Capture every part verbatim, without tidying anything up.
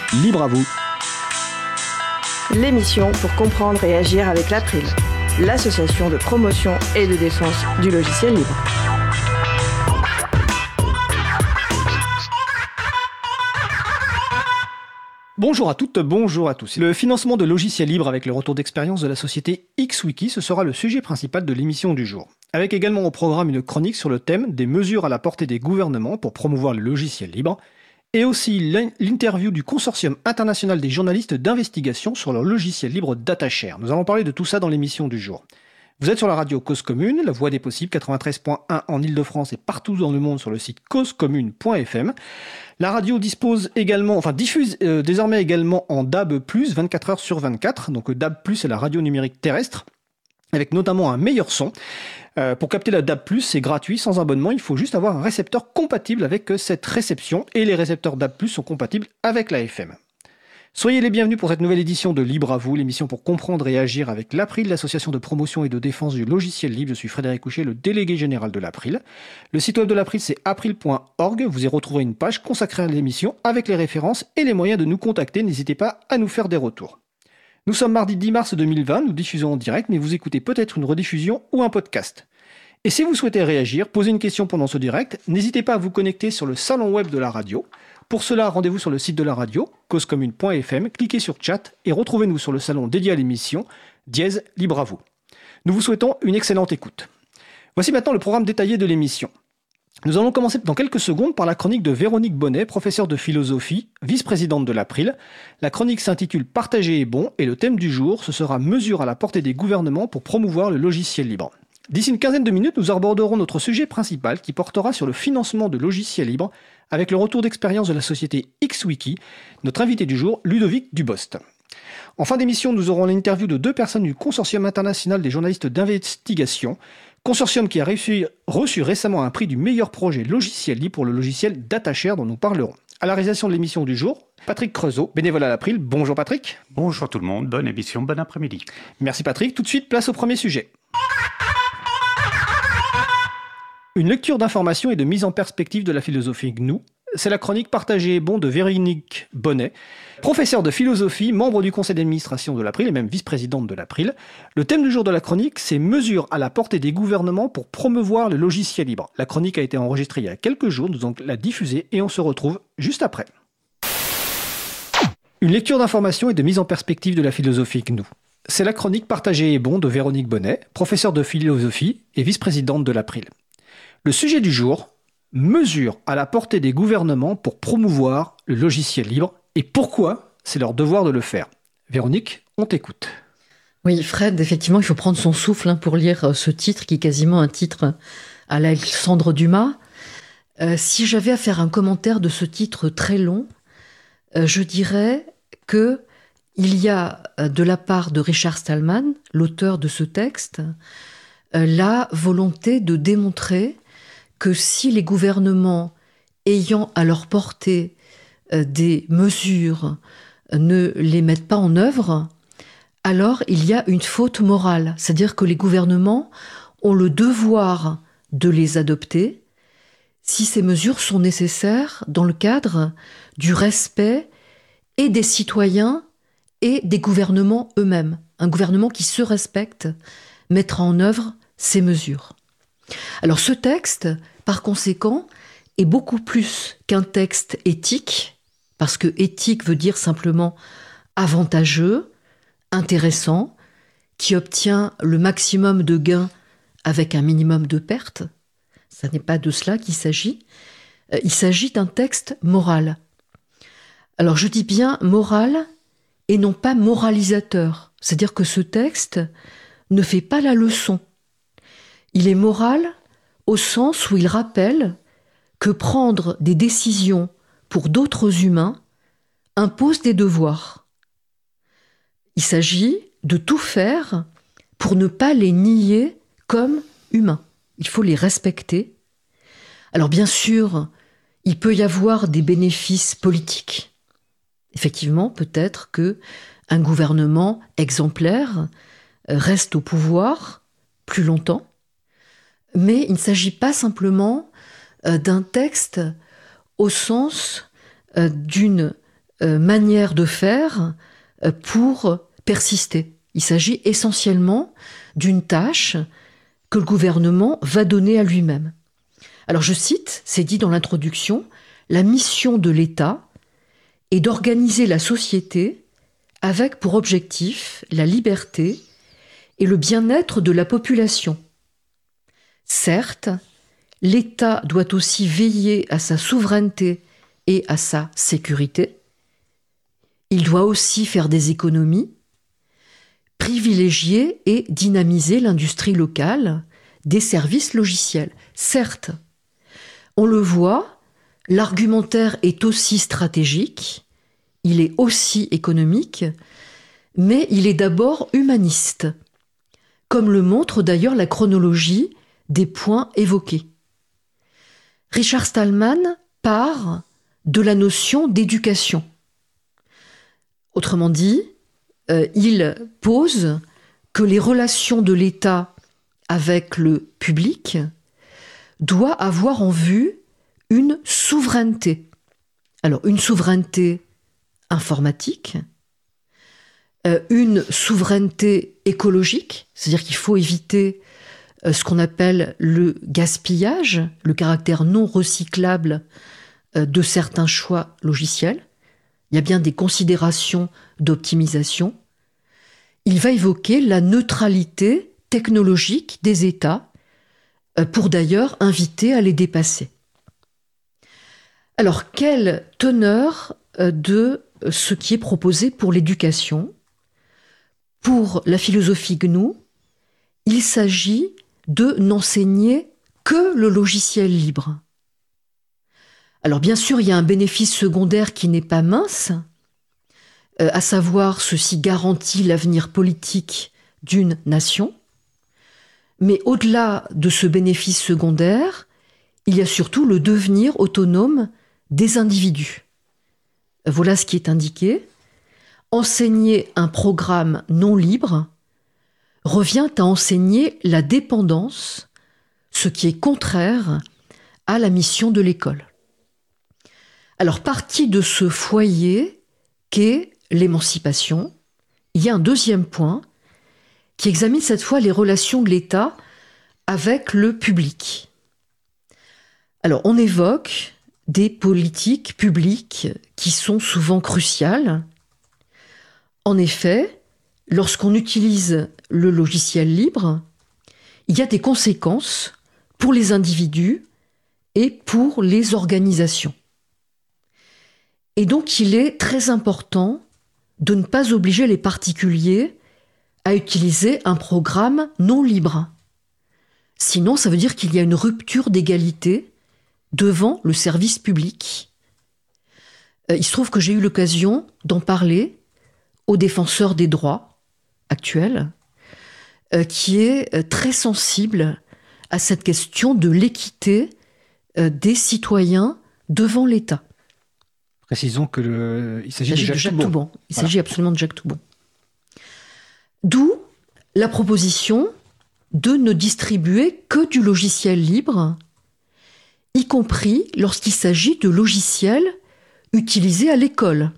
Libre à vous. L'émission pour comprendre et agir avec l'April, l'association de promotion et de défense du logiciel libre. Bonjour à toutes, bonjour à tous. Le financement de logiciels libres avec le retour d'expérience de la société XWiki, ce sera le sujet principal de l'émission du jour. Avec également au programme une chronique sur le thème des mesures à la portée des gouvernements pour promouvoir le logiciel libre, et aussi l'interview du Consortium international des journalistes d'investigation sur le logiciel libre DataShare. Nous allons parler de tout ça dans l'émission du jour. Vous êtes sur la radio Cause Commune, la voix des possibles, quatre-vingt-treize point un en Ile-de-France et partout dans le monde sur le site cause commune point f m. La radio dispose également, enfin diffuse euh, désormais également en D A B plus, vingt-quatre heures sur vingt-quatre. Donc D A B plus, c'est la radio numérique terrestre, avec notamment un meilleur son. Euh, pour capter la D A B plus, c'est gratuit, sans abonnement. Il faut juste avoir un récepteur compatible avec cette réception. Et les récepteurs D A B plus sont compatibles avec la F M. Soyez les bienvenus pour cette nouvelle édition de Libre à vous, l'émission pour comprendre et agir avec l'April, l'association de promotion et de défense du logiciel libre. Je suis Frédéric Couchet, le délégué général de l'April. Le site web de l'April, c'est april point org. Vous y retrouverez une page consacrée à l'émission avec les références et les moyens de nous contacter. N'hésitez pas à nous faire des retours. Nous sommes mardi dix mars deux mille vingt, nous diffusons en direct, mais vous écoutez peut-être une rediffusion ou un podcast. Et si vous souhaitez réagir, poser une question pendant ce direct, n'hésitez pas à vous connecter sur le salon web de la radio. Pour cela, rendez-vous sur le site de la radio, cause commune point f m, cliquez sur chat et retrouvez-nous sur le salon dédié à l'émission, dièse Libre à vous. Nous vous souhaitons une excellente écoute. Voici maintenant le programme détaillé de l'émission. Nous allons commencer dans quelques secondes par la chronique de Véronique Bonnet, professeure de philosophie, vice-présidente de l'April. La chronique s'intitule « Partager est bon » et le thème du jour, ce sera « Mesures à la portée des gouvernements pour promouvoir le logiciel libre ». D'ici une quinzaine de minutes, nous aborderons notre sujet principal qui portera sur le financement de logiciels libres avec le retour d'expérience de la société XWiki, notre invité du jour, Ludovic Dubost. En fin d'émission, nous aurons l'interview de deux personnes du Consortium international des journalistes d'investigation, consortium qui a reçu, reçu récemment un prix du meilleur projet logiciel libre pour le logiciel DataShare dont nous parlerons. À la réalisation de l'émission du jour, Patrick Creusot, bénévole à l'April. Bonjour Patrick. Bonjour tout le monde, bonne émission, bon après-midi. Merci Patrick. Tout de suite, place au premier sujet. Une lecture d'information et de mise en perspective de la philosophie G N U. C'est la chronique Partagée est bon de Véronique Bonnet, professeure de philosophie, membre du conseil d'administration de l'April et même vice-présidente de l'April. Le thème du jour de la chronique, c'est « Mesures à la portée des gouvernements pour promouvoir le logiciel libre ». La chronique a été enregistrée il y a quelques jours, nous allons la diffuser et on se retrouve juste après. Une lecture d'information et de mise en perspective de la philosophie G N U. C'est la chronique Partagée est bon de Véronique Bonnet, professeure de philosophie et vice-présidente de l'April. Le sujet du jour, mesures à la portée des gouvernements pour promouvoir le logiciel libre et pourquoi c'est leur devoir de le faire. Véronique, on t'écoute. Oui, Fred, effectivement, il faut prendre son souffle hein, pour lire ce titre qui est quasiment un titre à l'Alexandre Dumas. Euh, si j'avais à faire un commentaire de ce titre très long, euh, je dirais que il y a de la part de Richard Stallman, l'auteur de ce texte, euh, la volonté de démontrer que si les gouvernements ayant à leur portée euh, des mesures euh, ne les mettent pas en œuvre, alors il y a une faute morale. C'est-à-dire que les gouvernements ont le devoir de les adopter si ces mesures sont nécessaires dans le cadre du respect et des citoyens et des gouvernements eux-mêmes. Un gouvernement qui se respecte mettra en œuvre ces mesures. Alors ce texte, par conséquent, est beaucoup plus qu'un texte éthique, parce que éthique veut dire simplement avantageux, intéressant, qui obtient le maximum de gains avec un minimum de pertes. Ce n'est pas de cela qu'il s'agit. Il s'agit d'un texte moral. Alors je dis bien moral et non pas moralisateur. C'est-à-dire que ce texte ne fait pas la leçon. Il est moral au sens où il rappelle que prendre des décisions pour d'autres humains impose des devoirs. Il s'agit de tout faire pour ne pas les nier comme humains. Il faut les respecter. Alors bien sûr, il peut y avoir des bénéfices politiques. Effectivement, peut-être qu'un gouvernement exemplaire reste au pouvoir plus longtemps, mais il ne s'agit pas simplement d'un texte au sens d'une euh, manière de faire euh, pour persister. Il s'agit essentiellement d'une tâche que le gouvernement va donner à lui-même. Alors je cite, c'est dit dans l'introduction, « La mission de l'État est d'organiser la société avec pour objectif la liberté et le bien-être de la population. Certes, l'État doit aussi veiller à sa souveraineté et à sa sécurité. Il doit aussi faire des économies, privilégier et dynamiser l'industrie locale des services logiciels. Certes, on le voit, l'argumentaire est aussi stratégique, il est aussi économique, mais il est d'abord humaniste, comme le montre d'ailleurs la chronologie des points évoqués. Richard Stallman part de la notion d'éducation. Autrement dit, euh, il pose que les relations de l'État avec le public doivent avoir en vue une souveraineté. Alors, une souveraineté informatique, euh, une souveraineté écologique, c'est-à-dire qu'il faut éviter euh, ce qu'on appelle le gaspillage, le caractère non recyclable euh, de certains choix logiciels. Il y a bien des considérations d'optimisation. Il va évoquer la neutralité technologique des États euh, pour d'ailleurs inviter à les dépasser. Alors, quelle teneur euh, de ce qui est proposé pour l'éducation? Pour la philosophie G N U, il s'agit de n'enseigner que le logiciel libre. Alors bien sûr, il y a un bénéfice secondaire qui n'est pas mince, euh, à savoir ceci garantit l'avenir politique d'une nation, mais au-delà de ce bénéfice secondaire, il y a surtout le devenir autonome des individus. Voilà ce qui est indiqué. Enseigner un programme non libre revient à enseigner la dépendance, ce qui est contraire à la mission de l'école. Alors, parti de ce foyer qu'est l'émancipation, il y a un deuxième point qui examine cette fois les relations de l'État avec le public. Alors, on évoque des politiques publiques qui sont souvent cruciales. En effet, lorsqu'on utilise le logiciel libre, il y a des conséquences pour les individus et pour les organisations. Et donc, il est très important de ne pas obliger les particuliers à utiliser un programme non libre. Sinon, ça veut dire qu'il y a une rupture d'égalité devant le service public. Euh, il se trouve que j'ai eu l'occasion d'en parler au défenseur des droits actuel, euh, qui est euh, très sensible à cette question de l'équité euh, des citoyens devant l'État. Précisons que le... il s'agit, il s'agit de Jacques, de Jacques Toubon. Toubon. Il Voilà. s'agit absolument de Jacques Toubon. D'où la proposition de ne distribuer que du logiciel libre, y compris lorsqu'il s'agit de logiciels utilisés à l'école.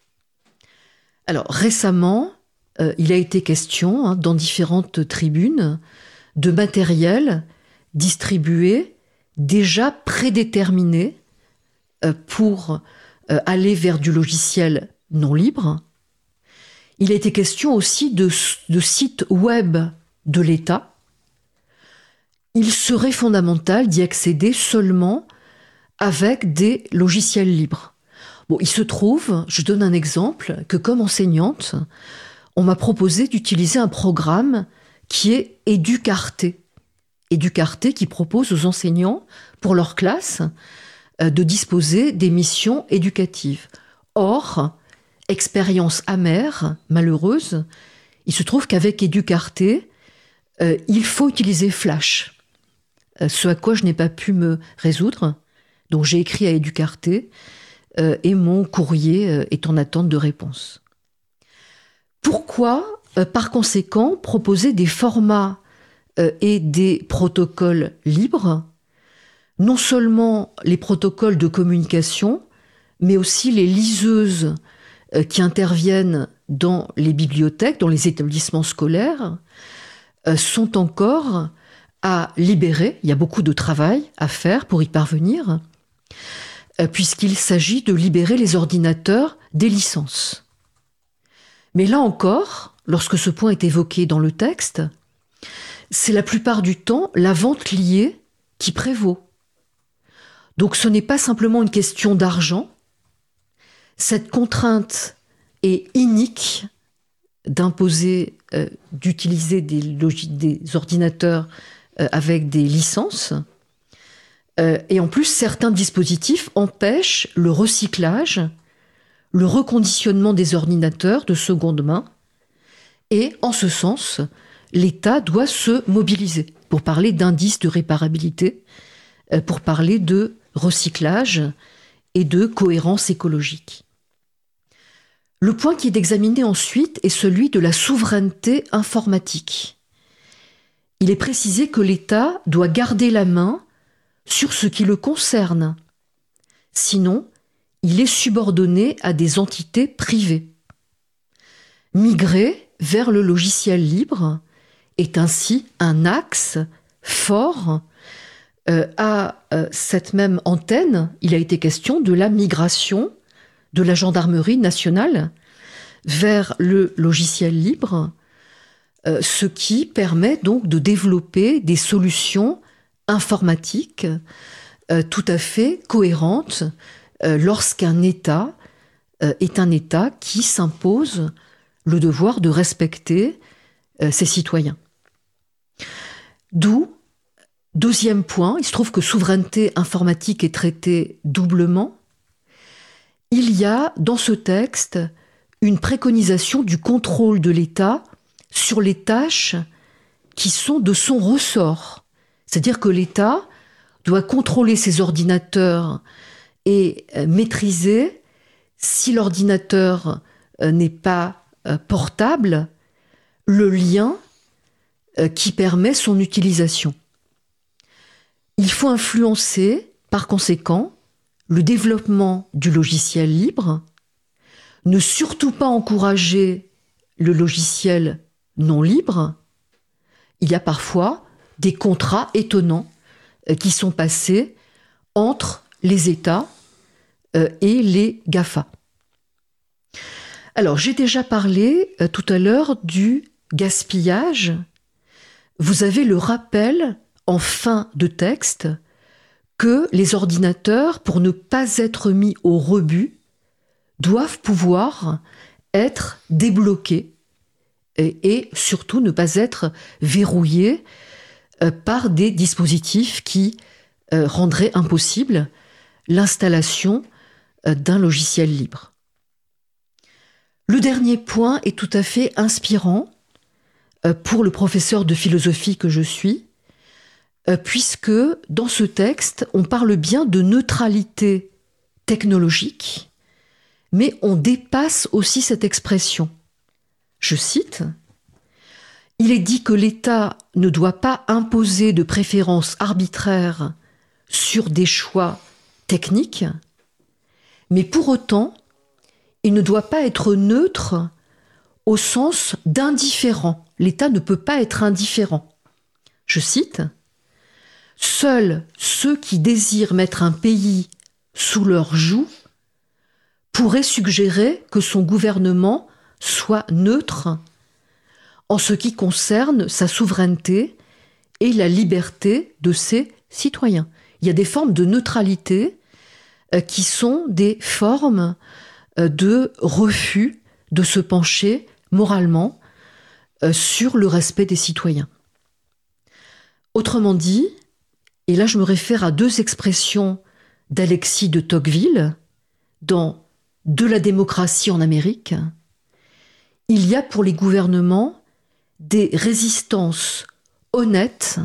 Alors récemment, euh, il a été question, hein, dans différentes tribunes, de matériel distribué déjà prédéterminé euh, pour euh, aller vers du logiciel non libre. Il a été question aussi de, de sites web de l'État. Il serait fondamental d'y accéder seulement avec des logiciels libres. Bon, il se trouve, je donne un exemple, que comme enseignante, on m'a proposé d'utiliser un programme qui est Educarté. Educarté qui propose aux enseignants, pour leur classe, euh, de disposer des missions éducatives. Or, expérience amère, malheureuse, il se trouve qu'avec Educarté, euh, il faut utiliser Flash. Euh, ce à quoi je n'ai pas pu me résoudre. Donc j'ai écrit à Educarté euh, et mon courrier euh, est en attente de réponse. Pourquoi, euh, par conséquent, proposer des formats euh, et des protocoles libres, non seulement les protocoles de communication, mais aussi les liseuses euh, qui interviennent dans les bibliothèques, dans les établissements scolaires, euh, sont encore à libérer. Il y a beaucoup de travail à faire pour y parvenir, euh, puisqu'il s'agit de libérer les ordinateurs des licences. Mais là encore, lorsque ce point est évoqué dans le texte, c'est la plupart du temps la vente liée qui prévaut. Donc ce n'est pas simplement une question d'argent. Cette contrainte est inique d'imposer, euh, d'utiliser des, logis- des ordinateurs euh, avec des licences. Euh, et en plus, certains dispositifs empêchent le recyclage, le reconditionnement des ordinateurs de seconde main. Et en ce sens, l'État doit se mobiliser pour parler d'indice de réparabilité, euh, pour parler de recyclage et de cohérence écologique. Le point qui est examiné ensuite est celui de la souveraineté informatique. Il est précisé que l'État doit garder la main sur ce qui le concerne. Sinon, il est subordonné à des entités privées. Migrer vers le logiciel libre est ainsi un axe fort. Euh, à euh, cette même antenne, il a été question de la migration de la gendarmerie nationale vers le logiciel libre, euh, ce qui permet donc de développer des solutions informatiques euh, tout à fait cohérentes euh, lorsqu'un État euh, est un État qui s'impose le devoir de respecter euh, ses citoyens. D'où, deuxième point, il se trouve que souveraineté informatique est traitée doublement. Il y a dans ce texte une préconisation du contrôle de l'État sur les tâches qui sont de son ressort. C'est-à-dire que l'État doit contrôler ses ordinateurs et maîtriser si l'ordinateur n'est pas portable, le lien qui permet son utilisation. Il faut influencer, par conséquent, le développement du logiciel libre, ne surtout pas encourager le logiciel non libre. Il y a parfois des contrats étonnants qui sont passés entre les États et les GAFA. Alors, j'ai déjà parlé tout à l'heure du gaspillage. Vous avez le rappel en fin de texte que les ordinateurs, pour ne pas être mis au rebut, doivent pouvoir être débloqués et, et surtout ne pas être verrouillés euh, par des dispositifs qui euh, rendraient impossible l'installation euh, d'un logiciel libre. Le dernier point est tout à fait inspirant euh, pour le professeur de philosophie que je suis, euh, puisque dans ce texte, on parle bien de neutralité technologique, mais on dépasse aussi cette expression. Je cite, « Il est dit que l'État ne doit pas imposer de préférences arbitraires sur des choix techniques, mais pour autant, il ne doit pas être neutre au sens d'indifférent. L'État ne peut pas être indifférent. » Je cite, « Seuls ceux qui désirent mettre un pays sous leur joug pourraient suggérer que son gouvernement soit neutre en ce qui concerne sa souveraineté et la liberté de ses citoyens. » Il y a des formes de neutralité euh, qui sont des formes euh, de refus de se pencher moralement euh, sur le respect des citoyens. Autrement dit, et là je me réfère à deux expressions d'Alexis de Tocqueville dans « De la démocratie en Amérique », il y a pour les gouvernements des résistances honnêtes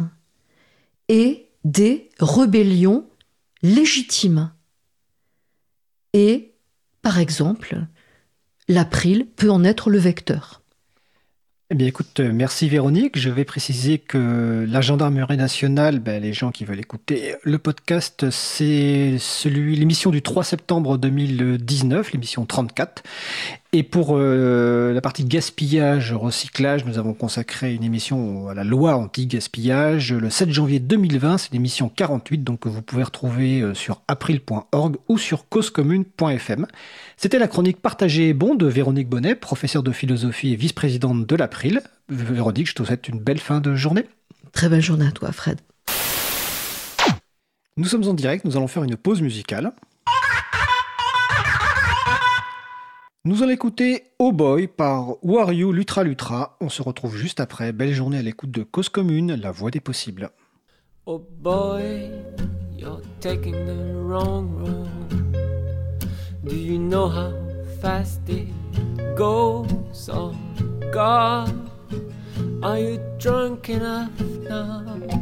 et des rébellions légitimes. Et, par exemple, l'April peut en être le vecteur. Eh bien, écoute, merci Véronique. Je vais préciser que la Gendarmerie nationale, ben, les gens qui veulent écouter le podcast, c'est celui, l'émission du trois septembre deux mille dix-neuf, l'émission trente-quatre. Et pour euh, la partie gaspillage, recyclage, nous avons consacré une émission à la loi anti-gaspillage le sept janvier deux mille vingt. C'est l'émission quarante-huit, donc que vous pouvez retrouver sur april point org ou sur cause commune point f m. C'était la chronique Partagée et bon de Véronique Bonnet, professeure de philosophie et vice-présidente de l'April. Véronique, je te souhaite une belle fin de journée. Très belle journée à toi, Fred. Nous sommes en direct, nous allons faire une pause musicale. Nous allons écouter Oh Boy par Who Are You Lutra Lutra. On se retrouve juste après. Belle journée à l'écoute de Cause Commune, la voix des possibles. Oh boy, you're taking the wrong road. Do you know how fast it goes? Oh God, are you drunk enough now?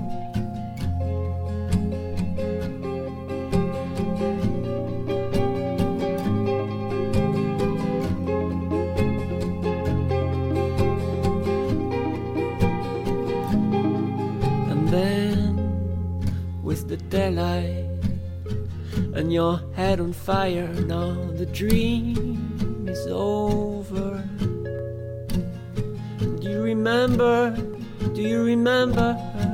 With the daylight and your head on fire, now the dream is over. Do you remember, do you remember her?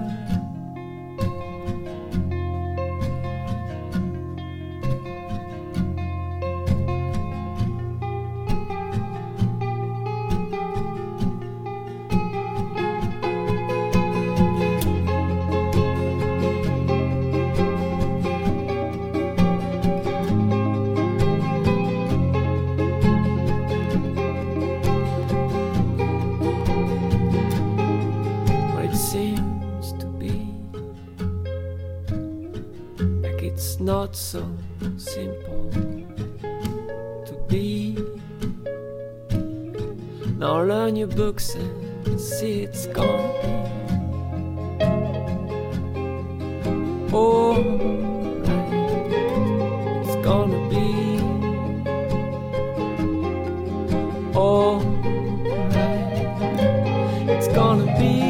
Not so simple to be. Now learn your books and see it's gonna be alright. It's gonna be alright. It's gonna be.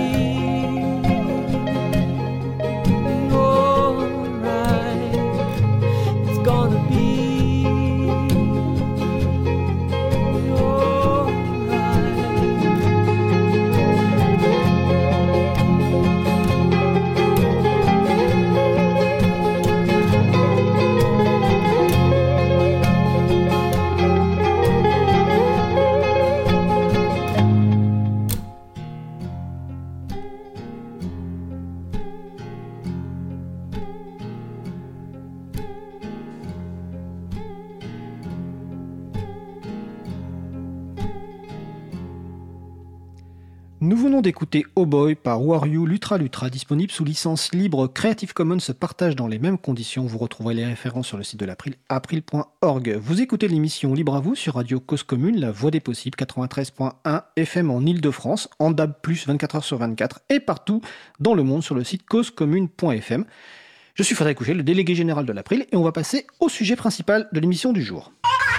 Nous venons d'écouter Oh Boy par Who Are You Lutra Lutra, disponible sous licence libre Creative Commons, se partage dans les mêmes conditions. Vous retrouverez les références sur le site de l'April, april point org. Vous écoutez l'émission Libre à vous sur Radio Cause Commune, la voix des possibles, quatre-vingt-treize point un F M en Ile-de-France, en D A B plus, vingt-quatre heures sur vingt-quatre, et partout dans le monde sur le site cause commune point f m. Je suis Frédéric Couchet, le délégué général de l'April, et on va passer au sujet principal de l'émission du jour.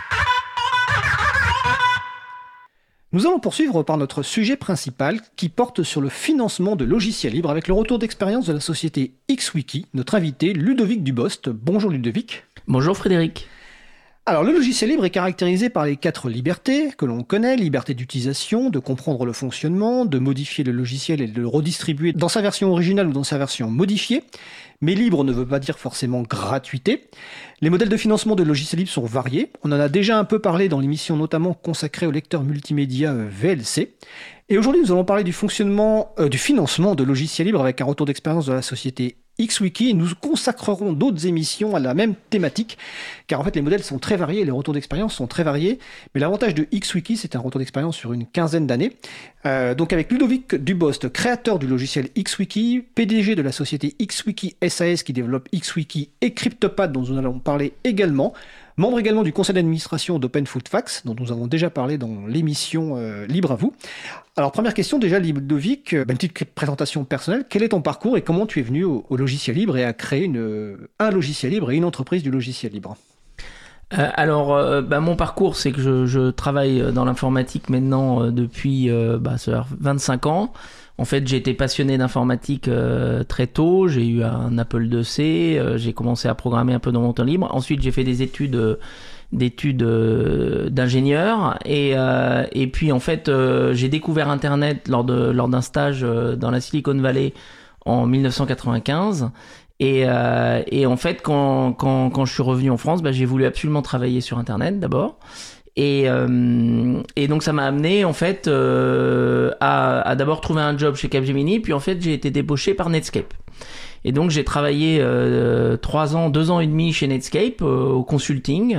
Nous allons poursuivre par notre sujet principal qui porte sur le financement de logiciels libres avec le retour d'expérience de la société XWiki, notre invité Ludovic Dubost. Bonjour Ludovic. Bonjour Frédéric. Alors le logiciel libre est caractérisé par les quatre libertés que l'on connaît, liberté d'utilisation, de comprendre le fonctionnement, de modifier le logiciel et de le redistribuer dans sa version originale ou dans sa version modifiée. Mais libre ne veut pas dire forcément gratuité. Les modèles de financement de logiciels libres sont variés. On en a déjà un peu parlé dans l'émission notamment consacrée au lecteur multimédia V L C. Et aujourd'hui, nous allons parler du fonctionnement, euh, du financement de logiciels libres avec un retour d'expérience de la société XWiki, et nous consacrerons d'autres émissions à la même thématique, car en fait les modèles sont très variés et les retours d'expérience sont très variés, mais l'avantage de XWiki, c'est un retour d'expérience sur une quinzaine d'années. Euh, donc avec Ludovic Dubost, créateur du logiciel XWiki, P D G de la société XWiki S A S qui développe XWiki, et CryptoPad dont nous allons parler également, membre également du conseil d'administration d'Open Food Facts, dont nous avons déjà parlé dans l'émission euh, Libre à vous. Alors première question déjà, Ludovic, euh, une petite présentation personnelle, quel est ton parcours et comment tu es venu au, au logiciel libre et à créer une, un logiciel libre et une entreprise du logiciel libre? euh, Alors, euh, bah, mon parcours, c'est que je, je travaille dans l'informatique maintenant euh, depuis euh, bah, vingt-cinq ans. En fait, j'ai été passionné d'informatique euh, très tôt. J'ai eu un Apple deux C. Euh, j'ai commencé à programmer un peu dans mon temps libre. Ensuite, j'ai fait des études euh, d'études euh, d'ingénieur et euh, et puis en fait euh, j'ai découvert Internet lors de lors d'un stage euh, dans la Silicon Valley en dix-neuf cent quatre-vingt-quinze et euh, et en fait quand quand quand je suis revenu en France, bah, j'ai voulu absolument travailler sur Internet d'abord. Et, euh, et donc ça m'a amené en fait euh, à, à d'abord trouver un job chez Capgemini, puis en fait j'ai été débauché par Netscape. Et donc j'ai travaillé euh, trois ans, deux ans et demi chez Netscape euh, au consulting,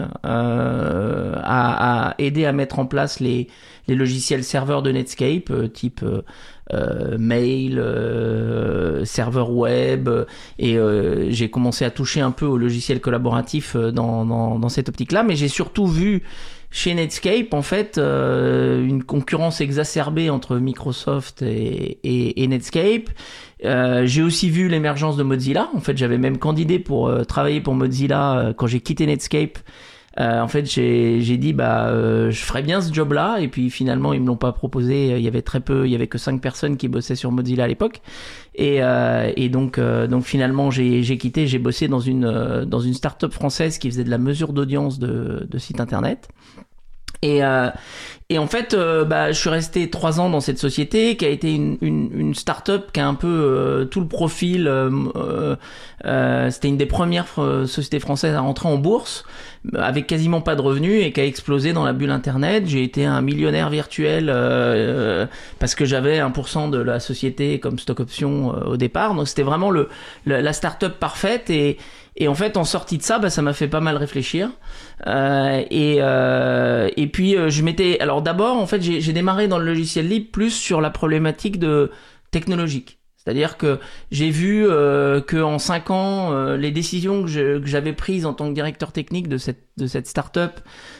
euh, à, à aider à mettre en place les, les logiciels serveurs de Netscape, euh, type euh, euh, mail, euh, serveur web, et euh, j'ai commencé à toucher un peu aux logiciels collaboratifs dans, dans, dans cette optique-là, mais j'ai surtout vu chez Netscape, en fait, euh, une concurrence exacerbée entre Microsoft et, et, et Netscape. Euh, j'ai aussi vu l'émergence de Mozilla. En fait, j'avais même candidaté pour euh, travailler pour Mozilla euh, quand j'ai quitté Netscape. Euh, en fait, j'ai, j'ai dit, bah, euh, je ferais bien ce job-là. Et puis finalement, ils me l'ont pas proposé. Il y avait très peu, il y avait que cinq personnes qui bossaient sur Mozilla à l'époque. Et, euh, et donc, euh, donc finalement, j'ai, j'ai quitté. J'ai bossé dans une euh, dans une start-up française qui faisait de la mesure d'audience de, de sites internet. Et, euh, et en fait, euh, bah, je suis resté trois ans dans cette société qui a été une, une, une start-up qui a un peu euh, tout le profil. Euh, euh, c'était une des premières euh, sociétés françaises à rentrer en bourse, avec quasiment pas de revenus et qui a explosé dans la bulle Internet. J'ai été un millionnaire virtuel euh, parce que j'avais un pour cent de la société comme stock option euh, au départ. Donc c'était vraiment le, le la start-up parfaite et Et en fait, en sortie de ça, bah, ça m'a fait pas mal réfléchir. Euh, et, euh, et puis, euh, je m'étais... Alors d'abord, en fait, j'ai, j'ai démarré dans le logiciel libre plus sur la problématique de technologique. C'est-à-dire que j'ai vu euh, qu'en cinq ans, euh, les décisions que, je, que j'avais prises en tant que directeur technique de cette, de cette start-up,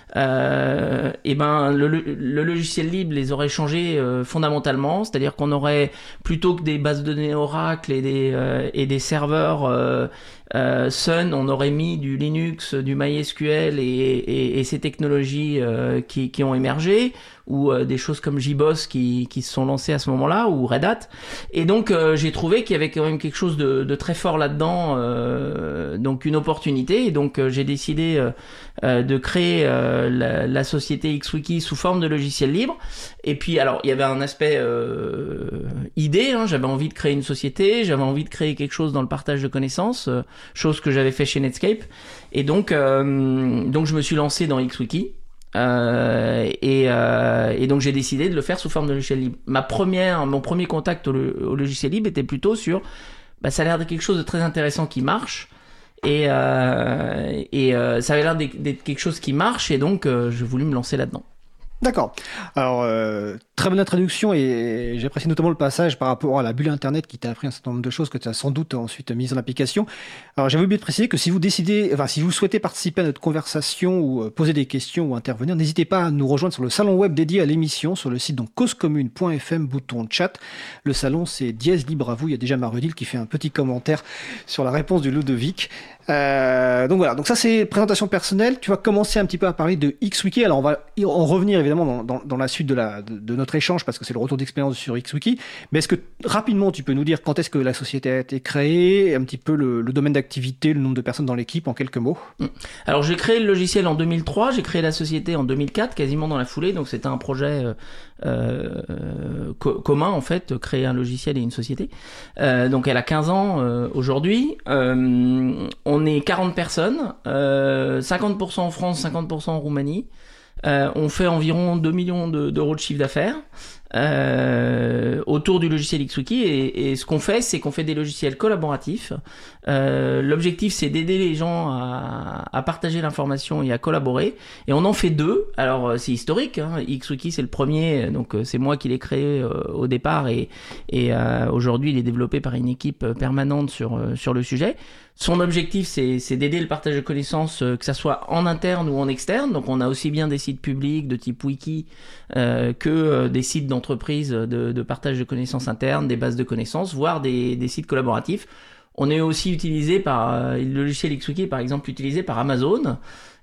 euh, et ben, le, le logiciel libre les aurait changées euh, fondamentalement. C'est-à-dire qu'on aurait, plutôt que des bases de données Oracle et des, euh, et des serveurs euh, euh, Sun, on aurait mis du Linux, du MySQL et, et, et ces technologies euh, qui, qui ont émergé, ou euh, des choses comme J B O S qui, qui se sont lancées à ce moment-là, ou Red Hat. Et donc, euh, j'ai trouvé qu'il y avait quand même quelque chose de, de très fort là-dedans, euh, donc une opportunité. Et donc, euh, j'ai décidé euh, euh, de créer euh, la, la société XWiki sous forme de logiciel libre. Et puis, alors, il y avait un aspect euh, idée, hein, j'avais envie de créer une société, j'avais envie de créer quelque chose dans le partage de connaissances, euh, chose que j'avais fait chez Netscape. Et donc, euh, donc je me suis lancé dans XWiki. Euh, et, euh, et donc j'ai décidé de le faire sous forme de logiciel libre. Ma première, mon premier contact au, au logiciel libre était plutôt sur, bah, ça a l'air de quelque chose de très intéressant qui marche, et, euh, et euh, ça avait l'air d'être quelque chose qui marche, et donc euh, j'ai voulu me lancer là-dedans. D'accord. Alors, euh, très bonne introduction, et j'apprécie notamment le passage par rapport à la bulle Internet qui t'a appris un certain nombre de choses que tu as sans doute ensuite mises en application. Alors, j'avais oublié de préciser que si vous décidez, enfin, si vous souhaitez participer à notre conversation ou poser des questions ou intervenir, n'hésitez pas à nous rejoindre sur le salon web dédié à l'émission, sur le site donc causecommune point f m, bouton chat. Le salon, c'est dièse libre à vous. Il y a déjà Marudil qui fait un petit commentaire sur la réponse de Ludovic. Euh, donc voilà, donc ça c'est présentation personnelle. Tu vas commencer un petit peu à parler de XWiki. Alors on va y en revenir évidemment dans, dans, dans la suite de, la, de, de notre échange parce que c'est le retour d'expérience sur XWiki. Mais est-ce que rapidement tu peux nous dire quand est-ce que la société a été créée, un petit peu le, le domaine d'activité, le nombre de personnes dans l'équipe en quelques mots? Alors j'ai créé le logiciel en deux mille trois, j'ai créé la société en deux mille quatre, quasiment dans la foulée. Donc c'était un projet euh, euh, co- commun en fait, créer un logiciel et une société. Euh, donc elle a quinze ans euh, aujourd'hui. Euh, on On est quarante personnes, euh, cinquante pour cent en France, cinquante pour cent en Roumanie. Euh, on fait environ deux millions de, d'euros de chiffre d'affaires euh, autour du logiciel XWiki. Et, et ce qu'on fait, c'est qu'on fait des logiciels collaboratifs. Euh, l'objectif, c'est d'aider les gens à, à partager l'information et à collaborer. Et on en fait deux. Alors, c'est historique. Hein. XWiki, c'est le premier. Donc, c'est moi qui l'ai créé euh, au départ. Et, et euh, aujourd'hui, il est développé par une équipe permanente sur, euh, sur le sujet. Son objectif, c'est, c'est d'aider le partage de connaissances, euh, que ça soit en interne ou en externe. Donc, on a aussi bien des sites publics de type wiki euh, que euh, des sites d'entreprise de, de partage de connaissances internes, des bases de connaissances, voire des, des sites collaboratifs. On est aussi utilisé par, euh, le logiciel XWiki est par exemple utilisé par Amazon.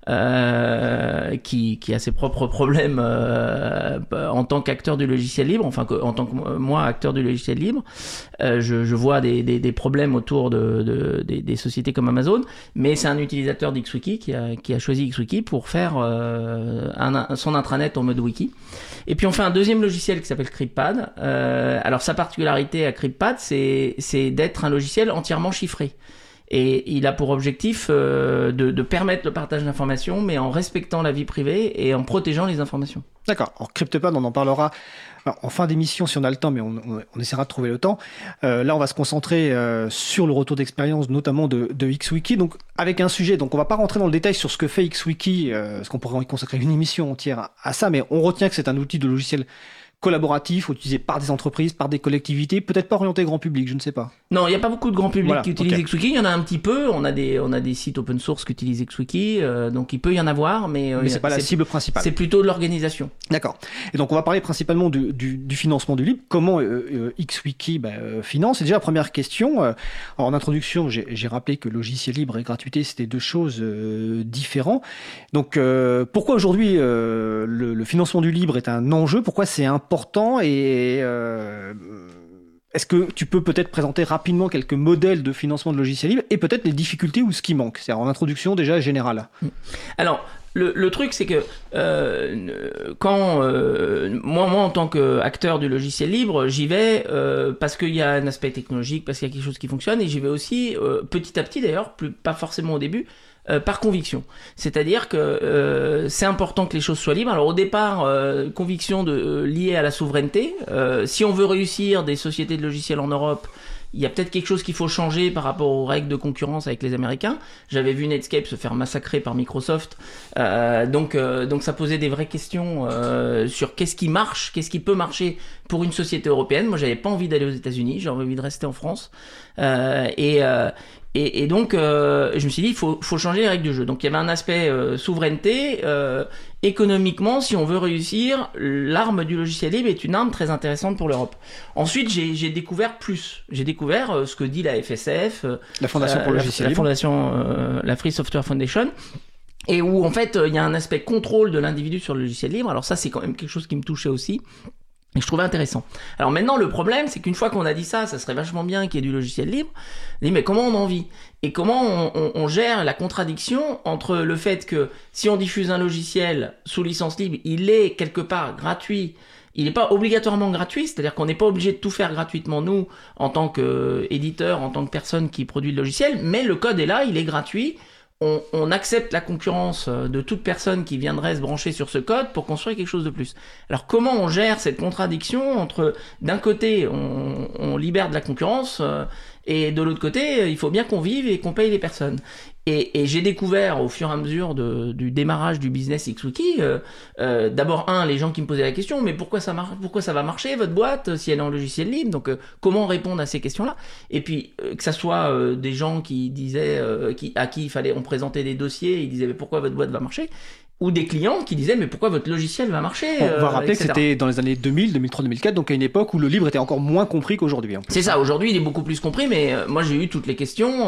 euh, qui, qui a ses propres problèmes euh, en tant qu'acteur du logiciel libre, enfin en tant que moi acteur du logiciel libre, euh, je, je vois des, des, des problèmes autour de, de, des, des sociétés comme Amazon, mais c'est un utilisateur d'XWiki qui a, qui a choisi XWiki pour faire euh, un, son intranet en mode wiki. Et puis on fait un deuxième logiciel qui s'appelle CryptPad. Euh, alors sa particularité à CryptPad, c'est, c'est d'être un logiciel entièrement chiffré. Et il a pour objectif euh, de, de permettre le partage d'informations, mais en respectant la vie privée et en protégeant les informations. D'accord. Alors, CryptPad, on en parlera en fin d'émission si on a le temps, mais on, on, on essaiera de trouver le temps. Euh, là, on va se concentrer euh, sur le retour d'expérience, notamment de, de XWiki. Donc, avec un sujet, donc on va pas rentrer dans le détail sur ce que fait XWiki, euh, parce qu'on pourrait y consacrer une émission entière à, à ça, mais on retient que c'est un outil de logiciel collaboratif, utilisé par des entreprises, par des collectivités, peut-être pas orienté grand public, je ne sais pas. Non, il n'y a pas beaucoup de grand public voilà, qui utilisent okay. XWiki, il y en a un petit peu, on a des, on a des sites open source qui utilisent XWiki, euh, donc il peut y en avoir, mais... Euh, mais c'est pas la c'est, cible principale. C'est plutôt de l'organisation. D'accord. Et donc on va parler principalement du, du, du financement du libre, comment euh, euh, XWiki bah, euh, finance. Et déjà, première question, euh, en introduction, j'ai, j'ai rappelé que logiciel libre et gratuité, c'était deux choses euh, différentes. Donc euh, pourquoi aujourd'hui euh, le, le financement du libre est un enjeu, pourquoi c'est important et Et euh, est-ce que tu peux peut-être présenter rapidement quelques modèles de financement de logiciels libres et peut-être les difficultés ou ce qui manque, c'est-à-dire en introduction déjà générale. Alors, le, le truc, c'est que euh, quand euh, moi, moi, en tant qu'acteur du logiciel libre, j'y vais euh, parce qu'il y a un aspect technologique, parce qu'il y a quelque chose qui fonctionne, et j'y vais aussi euh, petit à petit d'ailleurs, plus, pas forcément au début, Euh, par conviction. C'est-à-dire que euh, c'est important que les choses soient libres. Alors au départ, euh, conviction de, euh, liée à la souveraineté. Euh, si on veut réussir des sociétés de logiciels en Europe, il y a peut-être quelque chose qu'il faut changer par rapport aux règles de concurrence avec les Américains. J'avais vu Netscape se faire massacrer par Microsoft. Euh, donc, euh, donc ça posait des vraies questions euh, sur qu'est-ce qui marche, qu'est-ce qui peut marcher pour une société européenne. Moi, j'avais pas envie d'aller aux États-Unis, j'avais envie de rester en France. Euh, et... Euh, Et, et donc, euh, je me suis dit, il faut, faut changer les règles du jeu. Donc, il y avait un aspect euh, souveraineté. Euh, économiquement, si on veut réussir, l'arme du logiciel libre est une arme très intéressante pour l'Europe. Ensuite, j'ai, j'ai découvert plus. J'ai découvert euh, ce que dit la F S F, euh, la Fondation pour le logiciel la, libre, la Fondation, euh, la Free Software Foundation, et où en fait, il y a un aspect contrôle de l'individu sur le logiciel libre. Alors ça, c'est quand même quelque chose qui me touchait aussi. Et je trouvais intéressant. Alors maintenant, le problème, c'est qu'une fois qu'on a dit ça, ça serait vachement bien qu'il y ait du logiciel libre. On dit, mais comment on en vit ? Et comment on, on, on gère la contradiction entre le fait que si on diffuse un logiciel sous licence libre, il est quelque part gratuit. Il n'est pas obligatoirement gratuit, c'est-à-dire qu'on n'est pas obligé de tout faire gratuitement, nous, en tant qu'éditeur, en tant que personne qui produit le logiciel, mais le code est là, il est gratuit. On, on accepte la concurrence de toute personne qui viendrait se brancher sur ce code pour construire quelque chose de plus. Alors comment on gère cette contradiction entre, d'un côté, on, on libère de la concurrence, euh, et de l'autre côté, il faut bien qu'on vive et qu'on paye les personnes. Et, et j'ai découvert au fur et à mesure de, du démarrage du business XWiki, euh, euh, d'abord un, les gens qui me posaient la question, mais pourquoi ça marche, pourquoi ça va marcher votre boîte si elle est en logiciel libre ? Donc euh, comment répondre à ces questions-là ? Et puis euh, que ça soit euh, des gens qui disaient, euh, qui, à qui il fallait, on présentait des dossiers, ils disaient mais pourquoi votre boîte va marcher ? Ou des clients qui disaient mais pourquoi votre logiciel va marcher ? On va euh, rappeler et cetera. que c'était dans les années deux mille, deux mille trois, deux mille quatre, donc à une époque où le libre était encore moins compris qu'aujourd'hui. Hein. C'est ça, aujourd'hui il est beaucoup plus compris, mais euh, moi j'ai eu toutes les questions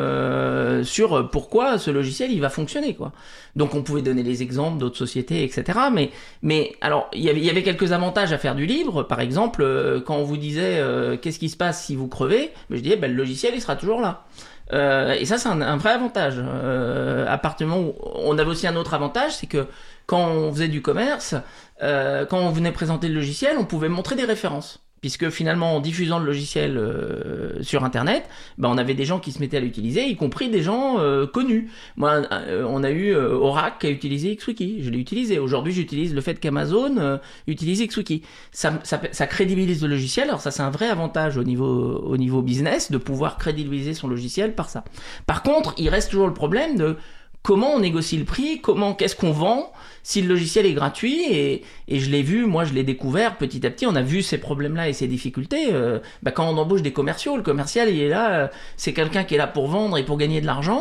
euh, sur pourquoi ce logiciel il va fonctionner, quoi. Donc on pouvait donner les exemples d'autres sociétés, et cetera. Mais, mais alors il y avait, il y avait quelques avantages à faire du libre. Par exemple, euh, quand on vous disait euh, qu'est-ce qui se passe si vous crevez, ben, je disais ben, le logiciel il sera toujours là. Euh, et ça c'est un, un vrai avantage. Euh, à partir du moment où on avait aussi un autre avantage, c'est que quand on faisait du commerce, euh, quand on venait présenter le logiciel, on pouvait montrer des références. Puisque finalement, en diffusant le logiciel euh, sur Internet, ben, on avait des gens qui se mettaient à l'utiliser, y compris des gens euh, connus. Moi, euh, on a eu euh, Oracle qui a utilisé XWiki. Je l'ai utilisé. Aujourd'hui, j'utilise le fait qu'Amazon euh, utilise XWiki. Ça, ça, ça crédibilise le logiciel. Alors ça, c'est un vrai avantage au niveau, au niveau business de pouvoir crédibiliser son logiciel par ça. Par contre, il reste toujours le problème de comment on négocie le prix, comment, qu'est-ce qu'on vend si le logiciel est gratuit, et, et je l'ai vu, moi je l'ai découvert petit à petit, on a vu ces problèmes-là et ces difficultés. Euh, bah quand on embauche des commerciaux, le commercial il est là, euh, c'est quelqu'un qui est là pour vendre et pour gagner de l'argent.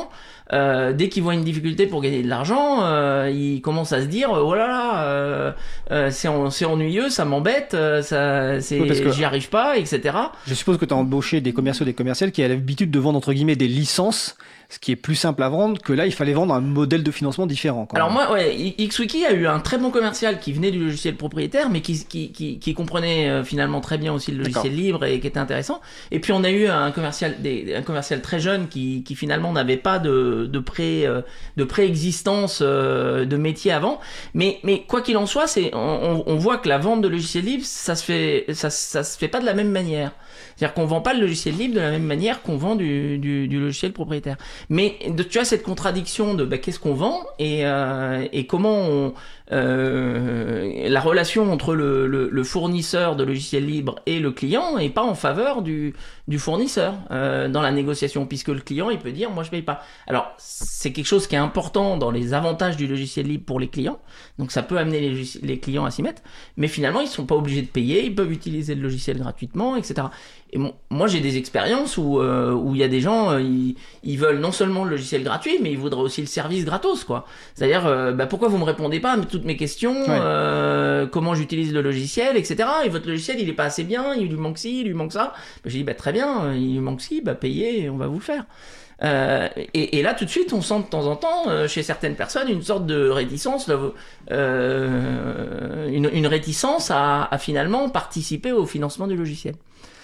euh, dès qu'ils voient une difficulté pour gagner de l'argent, euh, ils commencent à se dire oh là là, euh, euh, c'est, en, c'est ennuyeux, ça m'embête, euh, ça, c'est, oui, que, j'y arrive pas, et cetera. Je suppose que tu as embauché des commerciaux, des commerciales qui ont l'habitude de vendre entre guillemets des licences, ce qui est plus simple à vendre que là il fallait vendre un modèle de financement différent. Alors moi, ouais, XWiki a eu un très bon commercial qui venait du logiciel propriétaire, mais qui qui qui, qui comprenait euh, finalement très bien aussi le logiciel D'accord. libre et qui était intéressant. Et puis on a eu un commercial, des, un commercial très jeune qui qui finalement n'avait pas de de pré euh, de préexistence euh, de métier avant. Mais mais quoi qu'il en soit, c'est on, on voit que la vente de logiciels libres, ça se fait ça ça se fait pas de la même manière. C'est-à-dire qu'on vend pas le logiciel libre de la même manière qu'on vend du, du, du logiciel propriétaire. Mais de, tu as cette contradiction de bah, qu'est-ce qu'on vend et, euh, et comment on, euh, la relation entre le, le, le fournisseur de logiciels libres et le client est pas en faveur du, du fournisseur euh, dans la négociation, puisque le client il peut dire moi je paye pas. Alors c'est quelque chose qui est important dans les avantages du logiciel libre pour les clients, donc ça peut amener les, les clients à s'y mettre, mais finalement ils sont pas obligés de payer, ils peuvent utiliser le logiciel gratuitement, et cetera. Et bon, moi j'ai des expériences où euh, où il y a des gens euh, ils, ils veulent non seulement le logiciel gratuit, mais ils voudraient aussi le service gratos quoi. C'est-à-dire euh, bah, pourquoi vous me répondez pas à toutes mes questions, ouais. euh, comment j'utilise le logiciel, et cetera. Et votre logiciel il est pas assez bien, il lui manque ci, il lui manque ça. Bah, j'ai dit bah très bien, il lui manque ci, bah payez, et on va vous le faire. Euh, et, et là tout de suite on sent de temps en temps euh, chez certaines personnes une sorte de réticence, euh, une, une réticence à, à finalement participer au financement du logiciel.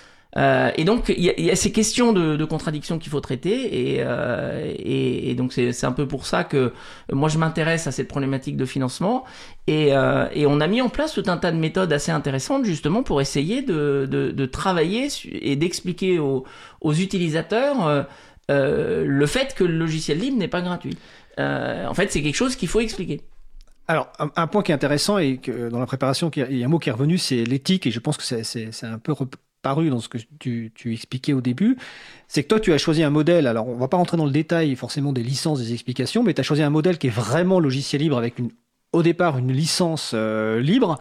Euh, et donc il y, y a ces questions de, de contradiction qu'il faut traiter et, euh, et, et donc c'est, c'est un peu pour ça que moi je m'intéresse à cette problématique de financement et, euh, et on a mis en place tout un tas de méthodes assez intéressantes justement pour essayer de, de, de travailler et d'expliquer aux, aux utilisateurs euh, euh, le fait que le logiciel libre n'est pas gratuit. Euh, en fait c'est quelque chose qu'il faut expliquer. Alors, un, un point qui est intéressant et que dans la préparation, il y a un mot qui est revenu, c'est l'éthique, et je pense que c'est, c'est, c'est un peu reparu dans ce que tu, tu expliquais au début. C'est que toi, tu as choisi un modèle, alors on ne va pas rentrer dans le détail forcément des licences, des explications, mais tu as choisi un modèle qui est vraiment logiciel libre avec une, au départ une licence euh, libre.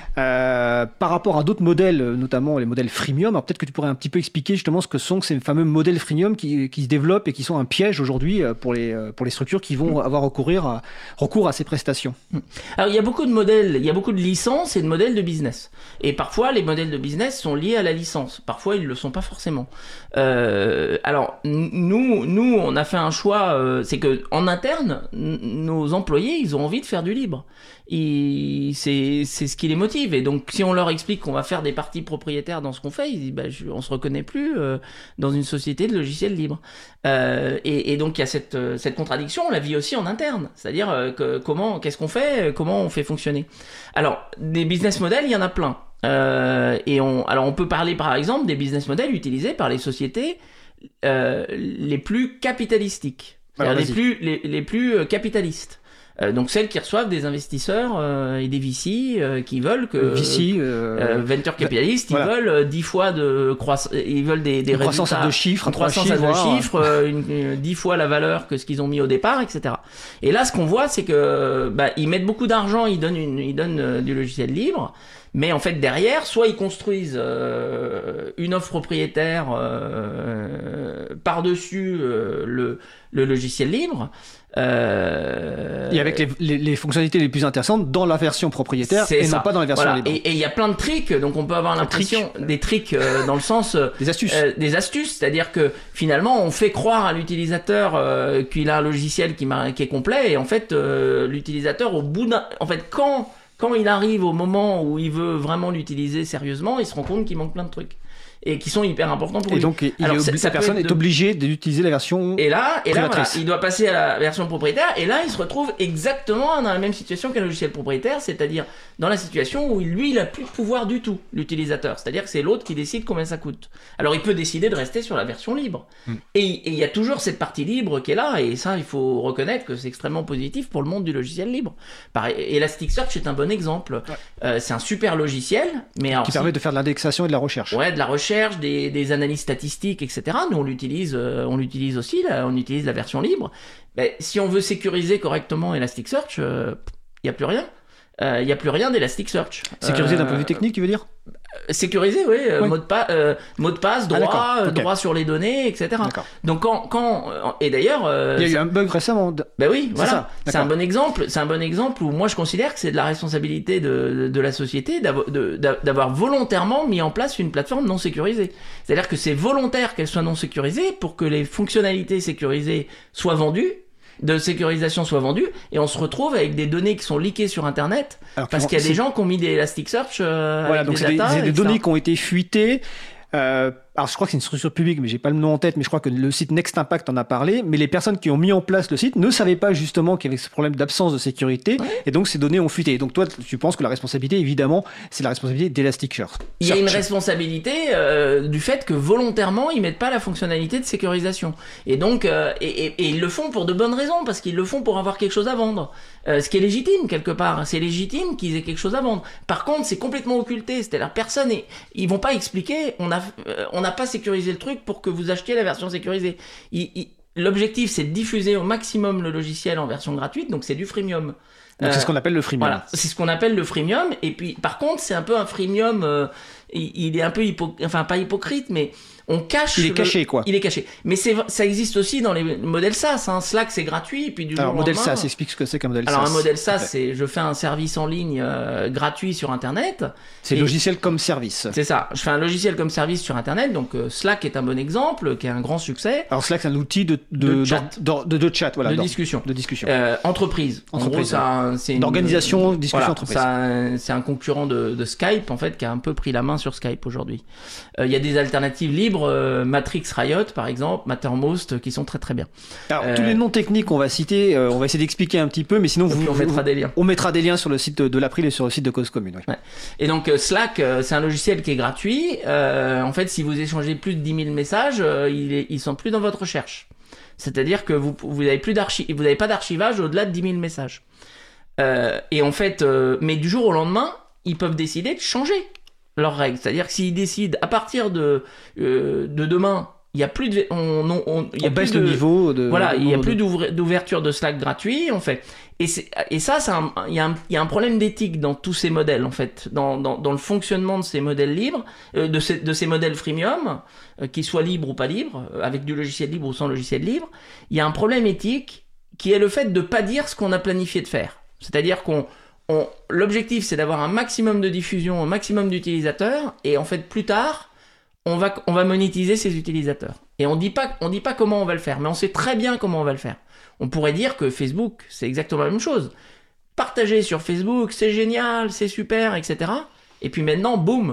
Euh, par rapport à d'autres modèles, notamment les modèles freemium, alors peut-être que tu pourrais un petit peu expliquer justement ce que sont ces fameux modèles freemium qui, qui se développent et qui sont un piège aujourd'hui pour les, pour les structures qui vont avoir recourir à, recours à ces prestations. Alors il y a beaucoup de modèles, il y a beaucoup de licences et de modèles de business. Et parfois les modèles de business sont liés à la licence, parfois ils ne le sont pas forcément. Euh, alors nous, nous on a fait un choix, euh, c'est que en interne, n- nos employés ils ont envie de faire du libre. Ils, c'est, c'est ce qui les motive. Et donc, si on leur explique qu'on va faire des parties propriétaires dans ce qu'on fait, ils disent, bah, je, on se reconnaît plus euh, dans une société de logiciels libres. Euh, et, et donc, il y a cette, cette contradiction, on la vit aussi en interne. C'est-à-dire, euh, que, comment, qu'est-ce qu'on fait, comment on fait fonctionner. Alors, des business models, il y en a plein. Euh, et on, alors, on peut parler, par exemple, des business models utilisés par les sociétés euh, les plus capitalistiques. C'est-à-dire les plus, les, les plus capitalistes. Euh, donc celles qui reçoivent des investisseurs euh, et des V C euh, qui veulent que V C euh, euh, venture capitalistes, voilà. Ils veulent euh, dix fois de croissance, ils veulent des, des une croissance à deux chiffres, une croissance à deux chiffres, euh, une, une, dix fois la valeur que ce qu'ils ont mis au départ, et cetera. Et là, ce qu'on voit, c'est que bah, ils mettent beaucoup d'argent, ils donnent, une, ils donnent euh, du logiciel libre. Mais en fait, derrière, soit ils construisent euh, une offre propriétaire euh, par-dessus euh, le, le logiciel libre. Euh... Et avec les, les, les fonctionnalités les plus intéressantes dans la version propriétaire c'est et ça. Non pas dans la version voilà. libre. Et il y a plein de tricks, donc on peut avoir des l'impression... Tricks. Des tricks euh, dans le sens... des astuces. Euh, des astuces, c'est-à-dire que finalement, on fait croire à l'utilisateur euh, qu'il a un logiciel qui, qui est complet, et en fait, euh, l'utilisateur, au bout d'un... En fait, quand... Quand il arrive au moment où il veut vraiment l'utiliser sérieusement, il se rend compte qu'il manque plein de trucs et qui sont hyper importants pour et lui. Et donc, il Alors, est obli- la personne est de... obligée d'utiliser la version Et là, et là voilà, il doit passer à la version propriétaire. Et là, il se retrouve exactement dans la même situation qu'un logiciel propriétaire, c'est-à-dire dans la situation où lui, il a plus de pouvoir du tout, l'utilisateur. C'est-à-dire que c'est l'autre qui décide combien ça coûte. Alors, il peut décider de rester sur la version libre. Hmm. Et il y a toujours cette partie libre qui est là. Et ça, il faut reconnaître que c'est extrêmement positif pour le monde du logiciel libre. Pareil, Elasticsearch est un bon exemple. Ouais. Euh, c'est un super logiciel, mais alors, qui permet de faire de l'indexation et de la recherche. Ouais, de la recherche. Des, des analyses statistiques, et cetera. Nous, on l'utilise, euh, on l'utilise aussi, là, on utilise la version libre. Ben, si on veut sécuriser correctement Elasticsearch, il euh, n'y a plus rien. il euh, n'y a plus rien d'Elasticsearch. Sécurisé euh, d'un point de vue technique, tu veux dire? Sécurisé, oui. Euh, oui. Mot, de pa- euh, mot de passe, droit, ah, okay. droit sur les données, et cetera. D'accord. Donc quand, quand et d'ailleurs, euh, il y a eu un bug récemment. De... Ben oui, c'est voilà. Ça. C'est un bon exemple. C'est un bon exemple où moi je considère que c'est de la responsabilité de, de, de la société d'avoir, de, d'avoir volontairement mis en place une plateforme non sécurisée. C'est-à-dire que c'est volontaire qu'elle soit non sécurisée pour que les fonctionnalités sécurisées soient vendues. De sécurisation soit vendue et on se retrouve avec des données qui sont leakées sur internet. Alors, parce qu'il y a c'est... des gens qui ont mis des Elasticsearch euh, voilà, avec donc des c'est data, des, c'est des données qui ont été fuitées. Euh, alors je crois que c'est une structure publique, mais j'ai pas le nom en tête, mais je crois que le site Next Impact en a parlé, mais les personnes qui ont mis en place le site ne savaient pas justement qu'il y avait ce problème d'absence de sécurité, ouais. Et donc ces données ont fuité. Et donc toi, tu penses que la responsabilité, évidemment, c'est la responsabilité d'Elasticsearch. Il y a une responsabilité euh, du fait que volontairement, ils mettent pas la fonctionnalité de sécurisation. Et donc, euh, et, et, et ils le font pour de bonnes raisons, parce qu'ils le font pour avoir quelque chose à vendre. Euh, ce qui est légitime, quelque part. C'est légitime qu'ils aient quelque chose à vendre. Par contre, c'est complètement occulté. C'est-à-dire, personne est... Ils vont pas expliquer, on a, euh, on a pas sécurisé le truc pour que vous achetiez la version sécurisée. Il, il, l'objectif, c'est de diffuser au maximum le logiciel en version gratuite, donc c'est du freemium. Donc euh, c'est ce qu'on appelle le freemium. Voilà, c'est ce qu'on appelle le freemium. Et puis, par contre, c'est un peu un freemium. Euh, il, il est un peu hypo, enfin pas hypocrite, mais on cache. Il est le, caché, quoi. Il est caché. Mais c'est, ça existe aussi dans les modèles SaaS. Hein. Slack, c'est gratuit. Et puis du Alors, jour au modèle lendemain, SaaS, explique ce que c'est qu'un modèle alors, SaaS. Alors, un modèle SaaS, c'est je fais un service en ligne euh, gratuit sur Internet. C'est et, logiciel comme service. C'est ça. Je fais un logiciel comme service sur Internet. Donc, euh, Slack est un bon exemple, qui est un grand succès. Alors, Slack, c'est un outil de, de, de chat. De, de, de chat, voilà. De discussion. De discussion. Euh, entreprise. Entreprise. En gros, ça, c'est une, d'organisation, discussion, voilà, entreprise. Ça, c'est un concurrent de, de Skype, en fait, qui a un peu pris la main sur Skype aujourd'hui. Il euh, y a des alternatives libres, euh, Matrix Riot, par exemple, Mattermost, qui sont très très bien. Alors, euh, tous les noms techniques qu'on va citer, euh, on va essayer d'expliquer un petit peu, mais sinon, vous, on mettra vous, des liens. On mettra des liens sur le site de l'April et sur le site de Cause Commune. Oui. Ouais. Et donc, euh, Slack, euh, c'est un logiciel qui est gratuit. Euh, en fait, si vous échangez plus de dix mille messages, euh, il est, ils sont plus dans votre recherche. C'est-à-dire que vous vous n'avez plus d'archi- vous n'avez pas d'archivage au-delà de dix mille messages. Euh, et en fait, euh, mais du jour au lendemain, ils peuvent décider de changer leurs règles. C'est-à-dire que s'ils décident à partir de euh, de demain, il y a plus de on on, on il y a on plus baisse de le niveau de voilà, il y a de... plus d'ouvre, d'ouverture de Slack gratuit en fait. Et c'est et ça c'est un il y a un il y a un problème d'éthique dans tous ces modèles en fait, dans dans dans le fonctionnement de ces modèles libres, euh, de ces de ces modèles freemium, euh, qu'ils soient libres ou pas libres, euh, avec du logiciel libre ou sans logiciel libre, il y a un problème éthique qui est le fait de pas dire ce qu'on a planifié de faire. C'est-à-dire qu'on On, l'objectif, c'est d'avoir un maximum de diffusion, un maximum d'utilisateurs, et en fait, plus tard, on va, on va monétiser ces utilisateurs. Et on dit pas, on dit pas comment on va le faire, mais on sait très bien comment on va le faire. On pourrait dire que Facebook, c'est exactement la même chose. Partager sur Facebook, c'est génial, c'est super, et cetera. Et puis maintenant, boum,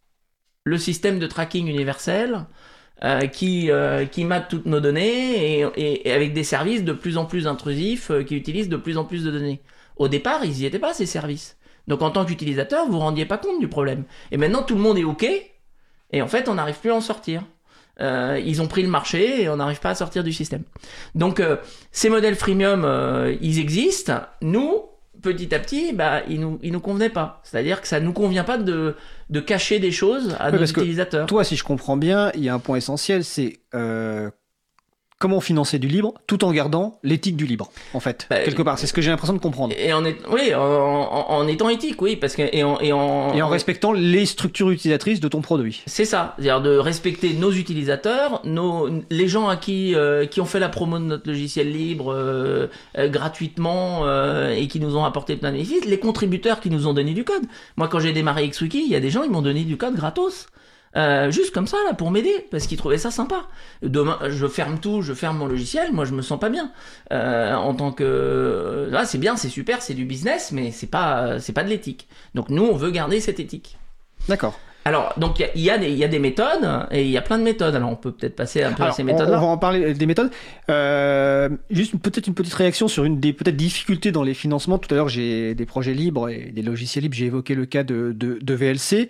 le système de tracking universel euh, qui, euh, qui mate toutes nos données, et, et, et avec des services de plus en plus intrusifs euh, qui utilisent de plus en plus de données. Au départ, ils n'y étaient pas, ces services. Donc, en tant qu'utilisateur, vous ne vous rendiez pas compte du problème. Et maintenant, tout le monde est OK. Et en fait, on n'arrive plus à en sortir. Euh, ils ont pris le marché et on n'arrive pas à sortir du système. Donc, euh, ces modèles freemium, euh, ils existent. Nous, petit à petit, bah, ils nous, ils nous convenaient pas. C'est-à-dire que ça nous convient pas de, de cacher des choses à oui, nos parce utilisateurs. Que toi, si je comprends bien, il y a un point essentiel, c'est... Euh... Comment financer du libre tout en gardant l'éthique du libre, en fait, bah, quelque part. C'est ce que j'ai l'impression de comprendre. Et en est, oui, en, en, en étant éthique, oui, parce que et en et en, et en respectant les structures utilisatrices de ton produit. C'est ça, c'est-à-dire de respecter nos utilisateurs, nos les gens à qui euh, qui ont fait la promo de notre logiciel libre euh, euh, gratuitement euh, et qui nous ont apporté plein de bénéfices, les contributeurs qui nous ont donné du code. Moi, quand j'ai démarré XWiki, il y a des gens qui m'ont donné du code gratos. Euh, juste comme ça là pour m'aider parce qu'ils trouvaient ça sympa. Demain je ferme tout, je ferme mon logiciel, moi je me sens pas bien euh, en tant que là c'est bien, c'est super, c'est du business mais c'est pas c'est pas de l'éthique. Donc nous on veut garder cette éthique. D'accord. Alors donc il y, y a des il y a des méthodes et il y a plein de méthodes. Alors on peut peut-être passer un peu Alors, à ces méthodes là. On va en parler des méthodes. Euh, juste une, peut-être une petite réaction sur une des peut-être difficultés dans les financements. Tout à l'heure j'ai des projets libres et des logiciels libres. J'ai évoqué le cas de de, de V L C.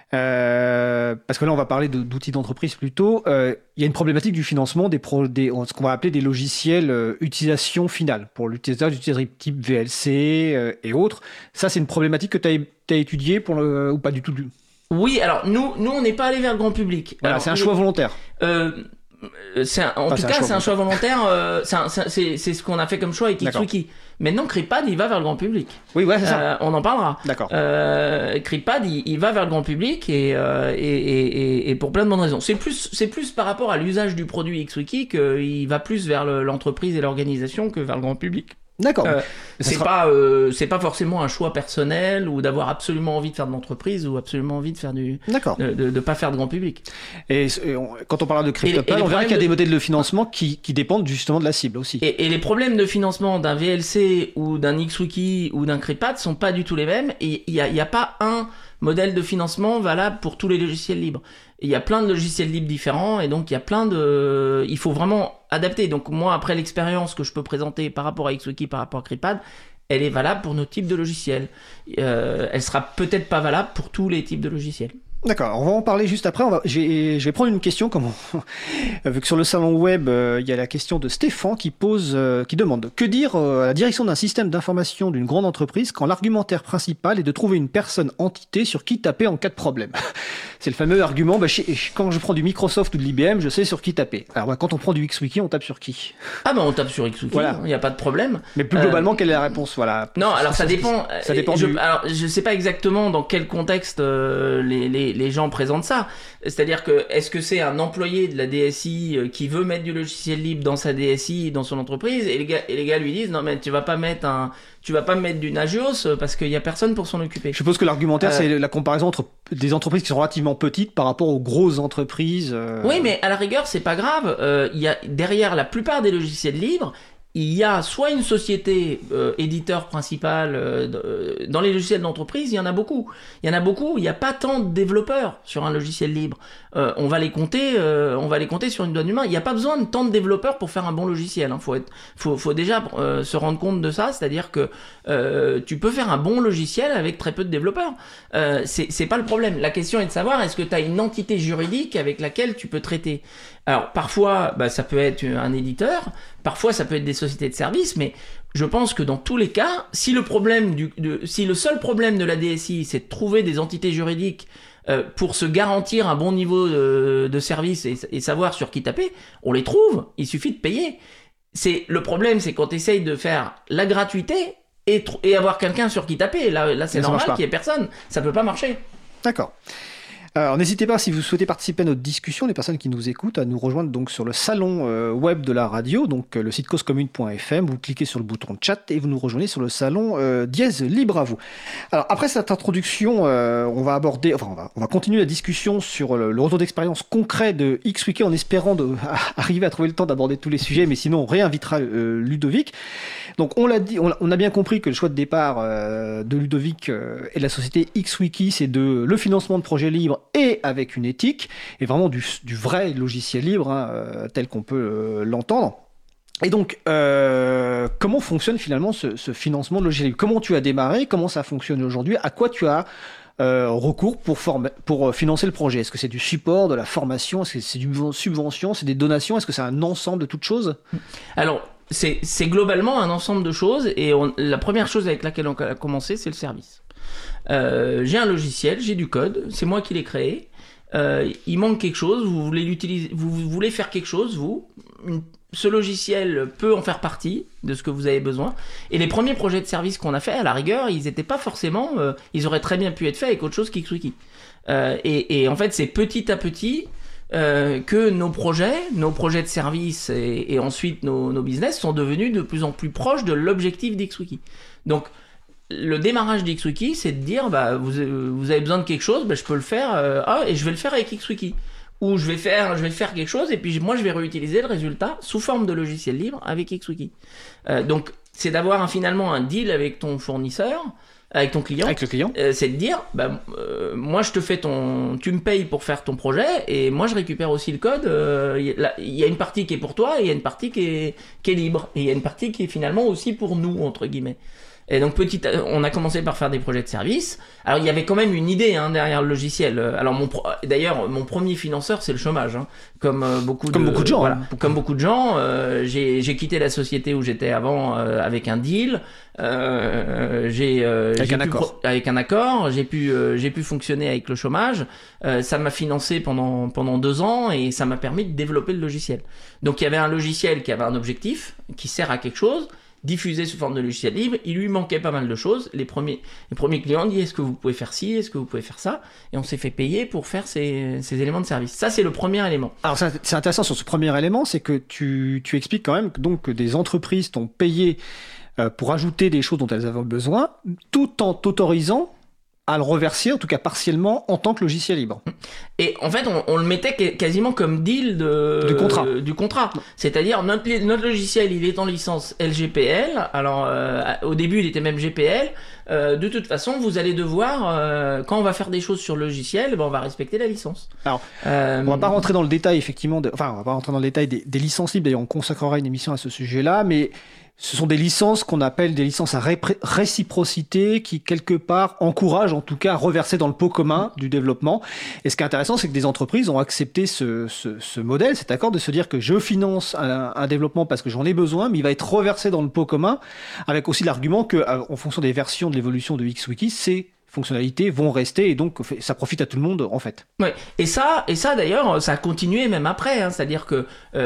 Euh, parce que là on va parler de, d'outils d'entreprise plutôt. Euh, il y a une problématique du financement des, pro, des ce qu'on va appeler des logiciels euh, utilisation finale pour l'utilisateur d'utilisateur type V L C euh, et autres. Ça c'est une problématique que tu as étudiée pour le, ou pas du tout. Oui, alors nous nous on n'est pas allé vers le grand public. Voilà, alors, c'est un choix volontaire. Euh, C'est un, en enfin, tout c'est cas, un c'est un choix volontaire. Euh, c'est, un, c'est, c'est ce qu'on a fait comme choix avec XWiki. Maintenant, Cryptpad, il va vers le grand public. Oui, ouais, c'est ça. Euh, on en parlera. D'accord. Euh, Cryptpad, il, il va vers le grand public et, euh, et, et, et, et pour plein de bonnes raisons. C'est plus, c'est plus par rapport à l'usage du produit XWiki qu'il va plus vers le, l'entreprise et l'organisation que vers le grand public. D'accord. Euh, c'est sera... pas, euh, c'est pas forcément un choix personnel ou d'avoir absolument envie de faire de l'entreprise ou absolument envie de faire du, D'accord. de, de, de pas faire de grand public. Et, et on, quand on parle de Cryptpad, on verra qu'il y a de... des modèles de financement qui, qui dépendent justement de la cible aussi. Et, et les problèmes de financement d'un V L C ou d'un XWiki ou d'un Cryptpad sont pas du tout les mêmes. Et il y a, il y a pas un modèle de financement valable pour tous les logiciels libres. Il y a plein de logiciels libres différents et donc il y a plein de... Il faut vraiment adapter. Donc moi, après l'expérience que je peux présenter par rapport à XWiki, par rapport à Cryptpad, elle est valable pour nos types de logiciels. Euh, elle sera peut-être pas valable pour tous les types de logiciels. D'accord, on va en parler juste après. On va, je, vais, je vais prendre une question. Comme on, vu que sur le salon web, euh, il y a la question de Stéphane qui pose, euh, qui demande que dire euh, à la direction d'un système d'information d'une grande entreprise quand l'argumentaire principal est de trouver une personne entité sur qui taper en cas de problème. C'est le fameux argument. Bah, chez, quand je prends du Microsoft ou de l'I B M, je sais sur qui taper. Alors bah, quand on prend du XWiki, on tape sur qui? Ah bah on tape sur XWiki. Voilà. Il n'y a pas de problème. Mais plus globalement, euh, quelle est la réponse? Voilà. Non, alors ça, ça dépend. Ça dépend. Je, du... Alors je sais pas exactement dans quel contexte euh, les, les les gens présentent ça. C'est-à-dire que est-ce que c'est un employé de la D S I qui veut mettre du logiciel libre dans sa D S I, dans son entreprise, et les gars, et les gars lui disent non mais tu vas pas mettre un, tu vas pas mettre du Nagios parce qu'il y a personne pour s'en occuper. Je suppose que l'argumentaire euh... c'est la comparaison entre des entreprises qui sont relativement petites par rapport aux grosses entreprises. Euh... Oui, mais à la rigueur c'est pas grave. Euh, il y a derrière la plupart des logiciels libres. Il y a soit une société euh, éditeur principal euh, dans les logiciels d'entreprise, il y en a beaucoup. Il y en a beaucoup, il n'y a pas tant de développeurs sur un logiciel libre. Euh, on va les compter, euh, on va les compter sur une doigt d'une main. Il n'y a pas besoin de tant de développeurs pour faire un bon logiciel. Hein. Faut être, faut, faut déjà euh, se rendre compte de ça, c'est-à-dire que euh, tu peux faire un bon logiciel avec très peu de développeurs. Euh, c'est, c'est pas le problème. La question est de savoir est-ce que tu as une entité juridique avec laquelle tu peux traiter. Alors parfois, bah, ça peut être un éditeur, parfois ça peut être des sociétés de services, mais je pense que dans tous les cas, si le problème du, de, si le seul problème de la D S I, c'est de trouver des entités juridiques euh, pour se garantir un bon niveau de, de service et, et savoir sur qui taper, on les trouve. Il suffit de payer. C'est le problème, c'est quand tu essayes de faire la gratuité et, et avoir quelqu'un sur qui taper. Là, là c'est normal qu'il y ait personne. Ça peut pas marcher. D'accord. Alors n'hésitez pas, si vous souhaitez participer à notre discussion, les personnes qui nous écoutent, à nous rejoindre donc sur le salon euh, web de la radio, donc euh, le site causecommune point f m, vous cliquez sur le bouton chat et vous nous rejoignez sur le salon euh, dièse libre à vous. Alors après cette introduction, euh, on va aborder, enfin on va, on va continuer la discussion sur le, le retour d'expérience concret de XWiki en espérant de, à, arriver à trouver le temps d'aborder tous les sujets, mais sinon on réinvitera euh, Ludovic. Donc on l'a dit, on, on a bien compris que le choix de départ euh, de Ludovic euh, et de la société XWiki, c'est de le financement de projets libres et avec une éthique, et vraiment du, du vrai logiciel libre, hein, euh, tel qu'on peut euh, l'entendre. Et donc, euh, comment fonctionne finalement ce, ce financement de logiciel libre? Comment tu as démarré? Comment ça fonctionne aujourd'hui? À quoi tu as euh, recours pour, former, pour financer le projet? Est-ce que c'est du support, de la formation? Est-ce que c'est du subvention? C'est des donations? Est-ce que c'est un ensemble de toutes choses? Alors, c'est, c'est globalement un ensemble de choses, et on, la première chose avec laquelle on a commencé, c'est le service. Euh, j'ai un logiciel, j'ai du code, c'est moi qui l'ai créé. Euh, il manque quelque chose, vous voulez l'utiliser, vous, vous voulez faire quelque chose, vous. Une, ce logiciel peut en faire partie de ce que vous avez besoin. Et les premiers projets de service qu'on a fait, à la rigueur, ils n'étaient pas forcément, euh, ils auraient très bien pu être faits avec autre chose qu'XWiki. Euh, et, et en fait, c'est petit à petit euh, que nos projets, nos projets de service et, et ensuite nos, nos business sont devenus de plus en plus proches de l'objectif d'XWiki. Donc le démarrage d'XWiki, c'est de dire bah vous, vous avez besoin de quelque chose, bah, je peux le faire euh, ah, et je vais le faire avec XWiki. Ou je vais faire je vais faire quelque chose et puis moi je vais réutiliser le résultat sous forme de logiciel libre avec XWiki. Euh, donc c'est d'avoir un, finalement un deal avec ton fournisseur, avec ton client. Avec le client. Euh, c'est de dire bah euh, moi je te fais ton tu me payes pour faire ton projet et moi je récupère aussi le code. Il euh, y, y a une partie qui est pour toi et il y a une partie qui est qui est libre et il y a une partie qui est finalement aussi pour nous entre guillemets. Et donc petit, on a commencé par faire des projets de service. Alors il y avait quand même une idée hein, derrière le logiciel. Alors mon pro... d'ailleurs mon premier financeur c'est le chômage, hein. comme euh, beaucoup comme de beaucoup de gens. Voilà, hein. comme beaucoup de gens. Euh, j'ai, j'ai quitté la société où j'étais avant euh, avec un deal. Euh, j'ai, euh, avec j'ai un pu accord. Pro... avec un accord. J'ai pu euh, j'ai pu fonctionner avec le chômage. Euh, ça m'a financé pendant pendant deux ans et ça m'a permis de développer le logiciel. Donc il y avait un logiciel qui avait un objectif, qui sert à quelque chose. Diffusé sous forme de logiciel libre, il lui manquait pas mal de choses. Les premiers, les premiers clients disaient est-ce que vous pouvez faire ci, est-ce que vous pouvez faire ça, et on s'est fait payer pour faire ces, ces éléments de service. Ça c'est le premier élément. Alors c'est, c'est intéressant sur ce premier élément, c'est que tu, tu expliques quand même que, donc, que des entreprises t'ont payé euh, pour ajouter des choses dont elles avaient besoin, tout en t'autorisant à le reverser, en tout cas partiellement, en tant que logiciel libre. Et en fait, on, on le mettait quasiment comme deal de, du contrat. Euh, du contrat. C'est-à-dire, notre, notre logiciel, il est en licence L G P L. Alors, euh, au début, il était même G P L. Euh, de toute façon, vous allez devoir, euh, quand on va faire des choses sur le logiciel, ben, on va respecter la licence. Alors, euh, on va pas rentrer dans le détail, effectivement, de, enfin, on va pas rentrer dans le détail des, des licences libres. D'ailleurs, on consacrera une émission à ce sujet-là, mais ce sont des licences qu'on appelle des licences à ré- réciprocité qui, quelque part, encouragent, en tout cas, à reverser dans le pot commun du développement. Et ce qui est intéressant, c'est que des entreprises ont accepté ce, ce, ce modèle, cet accord, de se dire que je finance un, un développement parce que j'en ai besoin, mais il va être reversé dans le pot commun, avec aussi l'argument que, en fonction des versions de l'évolution de XWiki, ces fonctionnalités vont rester et donc ça profite à tout le monde en fait. Ouais. Et ça, et ça d'ailleurs, ça a continué même après. Hein. C'est-à-dire que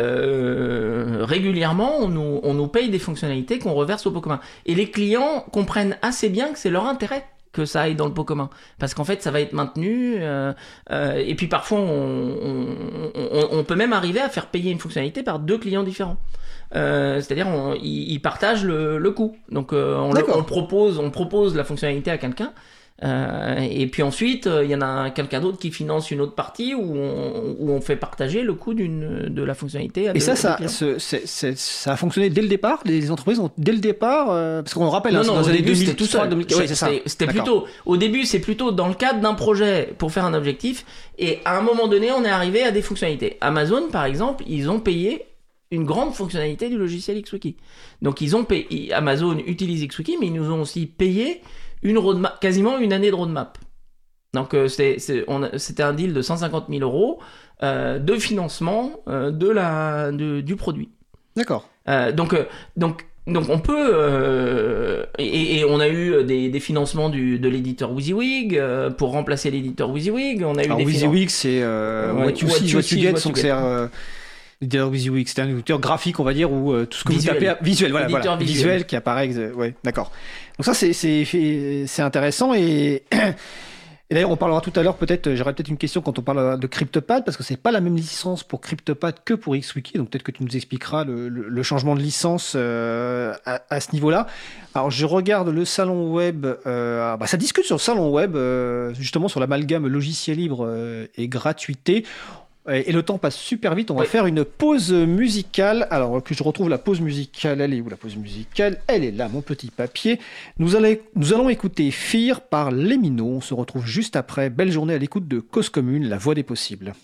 euh, régulièrement, on nous, on nous paye des fonctionnalités qu'on reverse au pot commun. Et les clients comprennent assez bien que c'est leur intérêt que ça aille dans le pot commun, parce qu'en fait ça va être maintenu euh, euh, et puis parfois on, on, on, on peut même arriver à faire payer une fonctionnalité par deux clients différents. Euh, c'est-à-dire on, ils, ils partagent le, le coût. Donc euh, on, le, on propose, on propose la fonctionnalité à quelqu'un. Euh, et puis ensuite, il euh, y en a quelqu'un d'autre qui finance une autre partie où on, où on fait partager le coût d'une, de la fonctionnalité. À et deux, ça, ça, ce, c'est, c'est, ça a fonctionné dès le départ. Les entreprises ont dès le départ, euh, parce qu'on rappelle, non, hein, non, dans les années deux mille, tout seul. deux mille, ouais, c'est ça. C'était, c'était plutôt, au début, c'est plutôt dans le cadre d'un projet pour faire un objectif. Et à un moment donné, on est arrivé à des fonctionnalités. Amazon, par exemple, ils ont payé une grande fonctionnalité du logiciel XWiki. Donc ils ont payé, Amazon utilise XWiki, mais ils nous ont aussi payé une roadmap, quasiment une année de roadmap. Donc euh, c'est, c'est, on a, c'était un deal de cent cinquante mille euros euh, de financement euh, de la, de, du produit. D'accord. Euh, donc, euh, donc, donc on peut... Euh, et, et on a eu des, des financements du, de l'éditeur WYSIWYG euh, pour remplacer l'éditeur WYSIWYG. On a eu Alors des WYSIWYG, c'est euh, ouais, What You See, What You Get, donc c'est... Euh, l'éditeur WYSIWYG, c'est un éditeur graphique, on va dire, où euh, tout ce que visuel. vous tapez... Visuel, voilà, Éditeur voilà. visuel. Visuel qui apparaît... Euh, ouais, d'accord. Donc ça, c'est, c'est, c'est intéressant et... Et d'ailleurs, on parlera tout à l'heure, peut-être, j'aurai peut-être une question quand on parle de CryptoPad, parce que c'est pas la même licence pour CryptoPad que pour XWiki, donc peut-être que tu nous expliqueras le, le, le changement de licence euh, à, à ce niveau-là. Alors, je regarde le salon web, euh, bah, ça discute sur le salon web, euh, justement sur l'amalgame logiciel libre euh, et gratuité. Et le temps passe super vite, on va oui. faire une pause musicale. Alors que je retrouve la pause musicale, elle est où la pause musicale? Elle est là, mon petit papier. Nous, allons, nous allons écouter Fear par Les Minots. On se retrouve juste après. Belle journée à l'écoute de Cause Commune, la voix des possibles.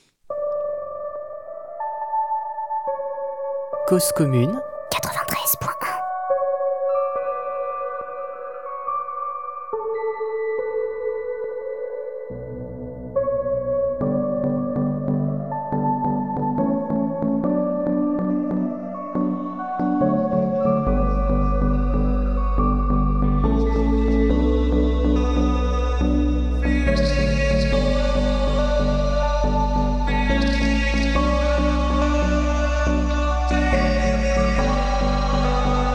Cause Commune quatre-vingt-treize point un. Fear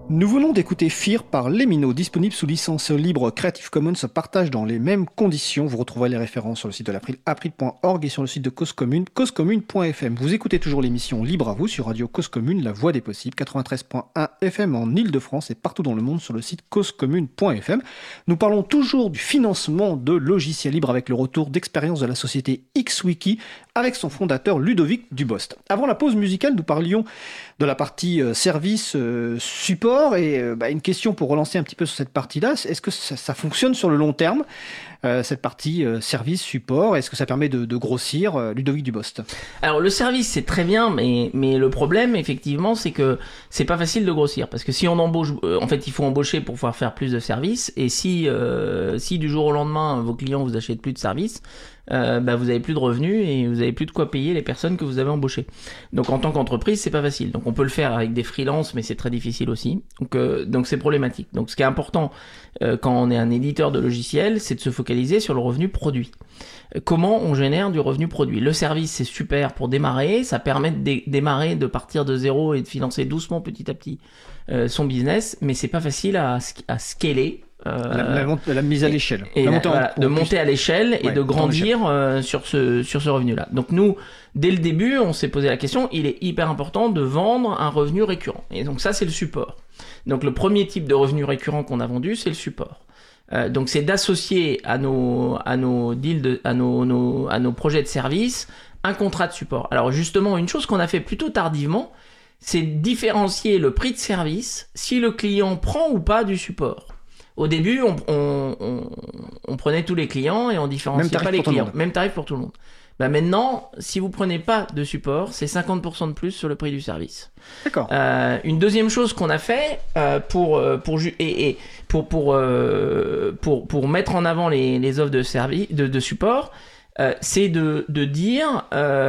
Nous venons d'écouter Fear par Lemino, disponible sous licence libre Creative Commons, partage dans les mêmes conditions. Vous retrouverez les références sur le site de l'April, april point org, et sur le site de Cause Commune, cause commune point f m. Vous écoutez toujours l'émission Libre à vous sur Radio Cause Commune, la voix des possibles, quatre-vingt-treize point un F M en Ile-de-France et partout dans le monde sur le site cause commune point f m. Nous parlons toujours du financement de logiciels libres avec le retour d'expérience de la société XWiki avec son fondateur Ludovic Dubost. Avant la pause musicale, nous parlions de la partie euh, service, euh, support, et euh, bah, une question pour relancer un petit peu sur cette partie-là, est-ce que ça, ça fonctionne sur le long terme, euh, cette partie euh, service, support, est-ce que ça permet de, de grossir, euh, Ludovic Dubost? Alors le service c'est très bien, mais, mais le problème effectivement c'est que c'est pas facile de grossir, parce que si on embauche, euh, en fait il faut embaucher pour pouvoir faire plus de services, et si, euh, si du jour au lendemain vos clients vous achètent plus de services, Euh, bah, vous avez plus de revenus et vous avez plus de quoi payer les personnes que vous avez embauchées. Donc en tant qu'entreprise, c'est pas facile. Donc on peut le faire avec des freelances, mais c'est très difficile aussi. Donc euh, donc c'est problématique. Donc ce qui est important euh, quand on est un éditeur de logiciels, c'est de se focaliser sur le revenu produit. Euh, comment on génère du revenu produit? Le service, c'est super pour démarrer, ça permet de dé- démarrer, de partir de zéro et de financer doucement petit à petit euh, son business, mais c'est pas facile à, à scaler. Euh, la, la, la mise à l'échelle. Et la la, montée en, voilà, de monter à l'échelle et ouais, de grandir euh, sur ce, sur ce revenu-là. Donc nous, dès le début, on s'est posé la question, il est hyper important de vendre un revenu récurrent. Et donc ça, c'est le support. Donc le premier type de revenu récurrent qu'on a vendu, c'est le support. Euh, donc c'est d'associer à nos, à nos deals, de, à, nos, nos, à nos projets de service, un contrat de support. Alors justement, une chose qu'on a fait plutôt tardivement, c'est différencier le prix de service si le client prend ou pas du support. Au début, on, on, on, on prenait tous les clients et on différenciait pas les clients. Même tarif pour tout le monde. Bah maintenant, si vous prenez pas de support, c'est cinquante pour cent de plus sur le prix du service. D'accord. Euh, une deuxième chose qu'on a fait euh, pour pour ju- et, et pour pour, euh, pour pour mettre en avant les, les offres de service de, de support, euh, c'est de de dire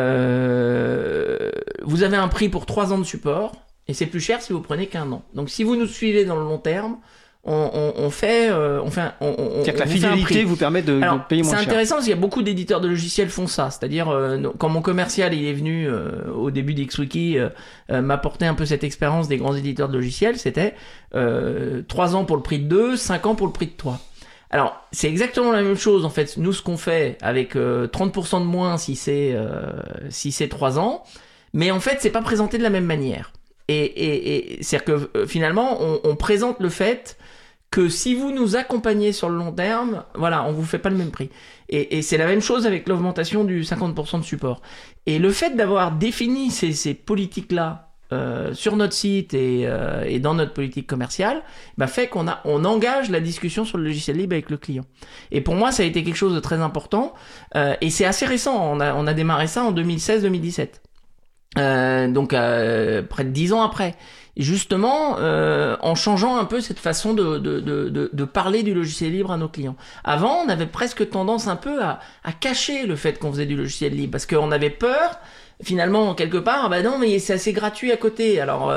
euh, vous avez un prix pour trois ans de support et c'est plus cher si vous prenez qu'un an. Donc si vous nous suivez dans le long terme, On, on, on fait, euh, on fait, on, on, c'est-à-dire que la fidélité vous permet de, Alors, de payer moins cher. C'est intéressant parce qu'il y a beaucoup d'éditeurs de logiciels font ça. C'est-à-dire, euh, quand mon commercial il est venu euh, au début d'XWiki euh, euh, m'apporter un peu cette expérience des grands éditeurs de logiciels, c'était euh, trois ans pour le prix de deux, cinq ans pour le prix de trois. Alors, c'est exactement la même chose en fait. Nous, ce qu'on fait avec euh, trente pour cent de moins si c'est euh, si c'est trois ans, mais en fait, c'est pas présenté de la même manière. Et, et, et c'est-à-dire que euh, finalement, on, on présente le fait que si vous nous accompagnez sur le long terme, voilà, on vous fait pas le même prix. Et, et c'est la même chose avec l'augmentation du cinquante pour cent de support. Et le fait d'avoir défini ces, ces politiques-là euh, sur notre site et, euh, et dans notre politique commerciale, bah fait qu'on a, on engage la discussion sur le logiciel libre avec le client. Et pour moi, ça a été quelque chose de très important. Euh, et c'est assez récent. On a, on a démarré ça en deux mille seize deux mille dix-sept. Euh, donc euh, près de dix ans après. Justement, euh, en changeant un peu cette façon de, de, de, de, de parler du logiciel libre à nos clients. Avant, on avait presque tendance un peu à, à cacher le fait qu'on faisait du logiciel libre, parce qu'on avait peur, finalement, quelque part, bah non, mais c'est assez gratuit à côté. Alors,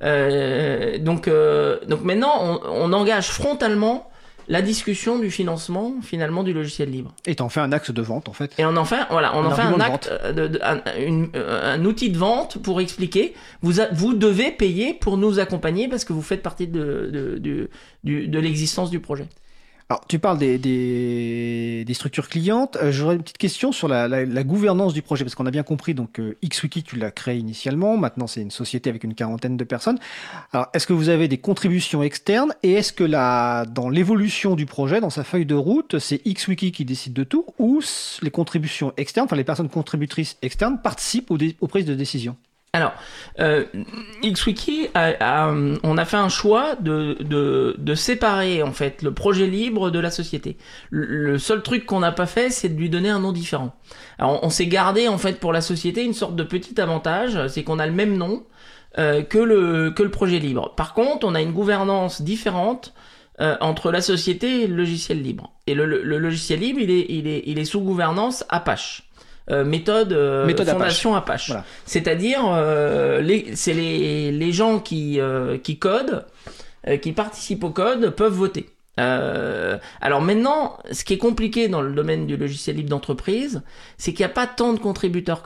euh, donc, euh, donc maintenant, on, on engage frontalement la discussion du financement finalement du logiciel libre. Et t'en fais un axe de vente en fait. Et on en fait, voilà, on un en fait un de acte, de, de, un, une, un outil de vente pour expliquer. Vous a, vous devez payer pour nous accompagner parce que vous faites partie de de de, de, de l'existence du projet. Alors, tu parles des, des, des structures clientes. Euh, j'aurais une petite question sur la, la, la gouvernance du projet, parce qu'on a bien compris, donc euh, XWiki, tu l'as créé initialement. Maintenant, c'est une société avec une quarantaine de personnes. Alors, est-ce que vous avez des contributions externes et est-ce que la, dans l'évolution du projet, dans sa feuille de route, c'est XWiki qui décide de tout ou les contributions externes, enfin les personnes contributrices externes participent aux, dé, aux prises de décision? Alors, euh, XWiki, a, a, on a fait un choix de, de, de séparer en fait le projet libre de la société. Le, le seul truc qu'on n'a pas fait, c'est de lui donner un nom différent. Alors, on, on s'est gardé en fait pour la société une sorte de petit avantage, c'est qu'on a le même nom euh, que le que le projet libre. Par contre, on a une gouvernance différente euh, entre la société et le logiciel libre. Et le, le, le logiciel libre, il est il est il est sous gouvernance Apache. Euh, méthode, euh, méthode fondation Apache, Apache. Voilà. C'est-à-dire euh, les, c'est les, les gens qui, euh, qui codent, euh, qui participent au code peuvent voter. Euh, alors maintenant, ce qui est compliqué dans le domaine du logiciel libre d'entreprise, c'est qu'il n'y a pas tant de contributeurs que ça.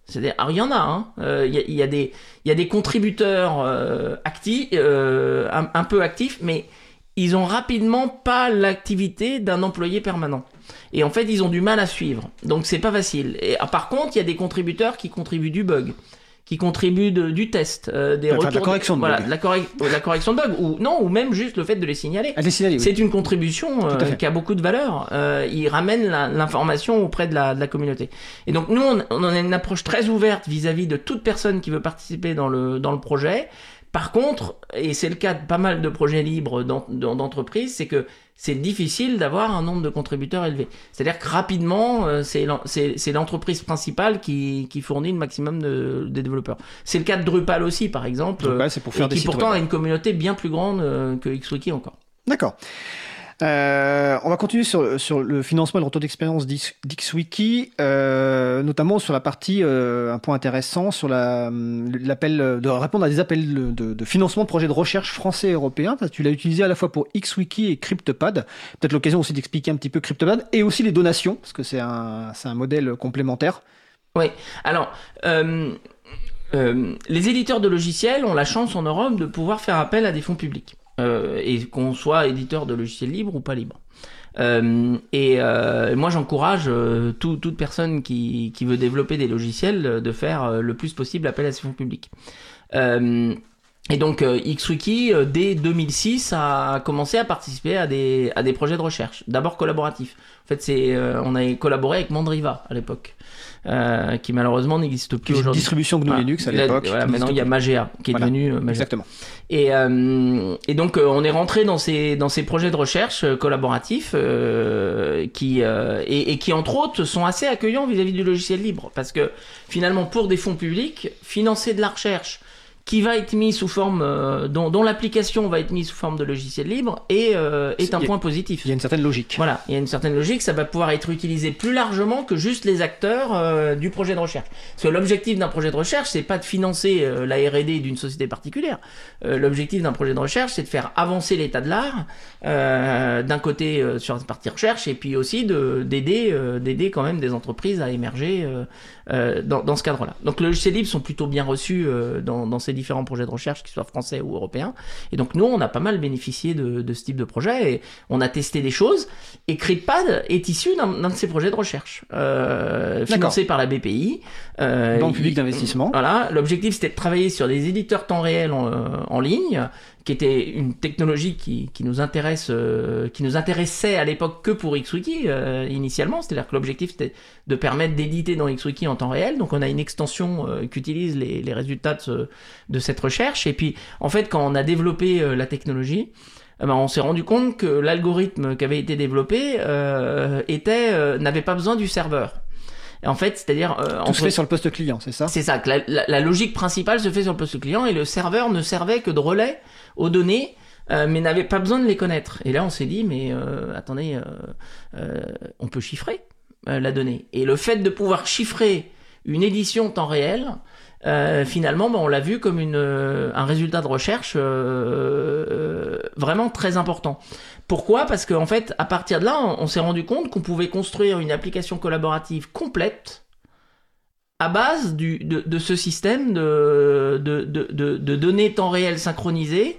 C'est-à-dire, alors il y en a, hein. Euh, il y, a, il y a des, il y a des contributeurs euh, actifs, euh, un, un peu actifs, mais ils ont rapidement pas l'activité d'un employé permanent. Et en fait, ils ont du mal à suivre. Donc, c'est pas facile. Et ah, par contre, il y a des contributeurs qui contribuent du bug, qui contribuent de, du test, euh, des enfin, retours, de la correction de voilà, bug. de la, correc- la correction de bug, ou non, ou même juste le fait de les signaler. À les signaler, oui. C'est une contribution euh, fait. qui a beaucoup de valeur. Euh, il ramène la, l'information auprès de la, de la communauté. Et donc nous, on, on a une approche très ouverte vis-à-vis de toute personne qui veut participer dans le dans le projet. Par contre, et c'est le cas de pas mal de projets libres d'en- d'entreprises, c'est que c'est difficile d'avoir un nombre de contributeurs élevé. C'est-à-dire que rapidement, euh, c'est, l'en- c'est, c'est l'entreprise principale qui, qui fournit le maximum de, de développeurs. C'est le cas de Drupal aussi, par exemple, Drupal, c'est pour faire et des qui sites pourtant web. a une communauté bien plus grande euh, que XWiki encore. D'accord. Euh, on va continuer sur, sur le financement et le retour d'expérience d'X- d'XWiki, euh, notamment sur la partie, euh, un point intéressant, sur la, l'appel, de répondre à des appels de, de financement de projets de recherche français et européens. Tu l'as utilisé à la fois pour XWiki et CryptPad. Peut-être l'occasion aussi d'expliquer un petit peu CryptPad et aussi les donations, parce que c'est un, c'est un modèle complémentaire. Oui, alors... Euh... Euh, les éditeurs de logiciels ont la chance en Europe de pouvoir faire appel à des fonds publics, euh, et qu'on soit éditeur de logiciels libres ou pas libres. Euh, et euh, moi j'encourage euh, tout, toute personne qui, qui veut développer des logiciels de faire euh, le plus possible appel à ces fonds publics. Euh, et donc euh, XWiki, euh, dès deux mille six, a commencé à participer à des, à des projets de recherche, d'abord collaboratifs. En fait, c'est, euh, on a collaboré avec Mandriva à l'époque. Euh, qui malheureusement n'existe plus aujourd'hui. Distribution G N U Voilà. Linux à Là, l'époque. voilà, maintenant il y a Magea qui est Voilà. devenu euh, Magea. Exactement. Et, euh, et donc euh, on est rentré dans ces dans ces projets de recherche euh, collaboratifs euh, qui euh, et, et qui entre autres sont assez accueillants vis-à-vis du logiciel libre, parce que finalement pour des fonds publics, financer de la recherche qui va être mis sous forme, euh, dont, dont l'application va être mise sous forme de logiciel libre est, euh, est un Il y a- point positif. Il y a une certaine logique. Voilà, il y a une certaine logique, ça va pouvoir être utilisé plus largement que juste les acteurs euh, du projet de recherche. Parce que l'objectif d'un projet de recherche, c'est pas de financer euh, la R et D d'une société particulière. Euh, l'objectif d'un projet de recherche, c'est de faire avancer l'état de l'art, euh, d'un côté euh, sur la partie recherche, et puis aussi de, d'aider, euh, d'aider quand même des entreprises à émerger euh, euh, dans, dans ce cadre-là. Donc les logiciels libres sont plutôt bien reçus euh, dans, dans ces différents projets de recherche, qu'ils soient français ou européens. Et donc nous, on a pas mal bénéficié de, de ce type de projet, et on a testé des choses. Et CryptPad est issu d'un, d'un de ces projets de recherche, euh, financé par la B P I. Euh, Banque publique il- d'investissement. Voilà, l'objectif c'était de travailler sur des éditeurs temps réel en, euh, en ligne, qui était une technologie qui, qui nous intéresse, euh, qui nous intéressait à l'époque que pour XWiki euh, initialement. C'est-à-dire que l'objectif c'était de permettre d'éditer dans XWiki en temps réel. Donc on a une extension euh, qui utilise les, les résultats de, ce- de cette recherche. Et puis en fait, quand on a développé euh, la technologie, eh ben, on s'est rendu compte que l'algorithme qui avait été développé euh, était euh, n'avait pas besoin du serveur. Et en fait, c'est-à-dire euh, Tout entre- se fait sur le poste client, c'est ça? c'est ça, que la, la- la logique principale se fait sur le poste client, et le serveur ne servait que de relais aux données, euh, mais n'avait pas besoin de les connaître. Et là, on s'est dit, mais euh, attendez, euh, euh, on peut chiffrer euh, la donnée. Et le fait de pouvoir chiffrer une édition temps réel, euh, finalement, ben, on l'a vu comme une, euh, un résultat de recherche euh, euh, vraiment très important. Pourquoi ? Parce qu'en fait, à partir de là, on, on s'est rendu compte qu'on pouvait construire une application collaborative complète à base du, de, de ce système de, de, de, de, de données temps réel synchronisées,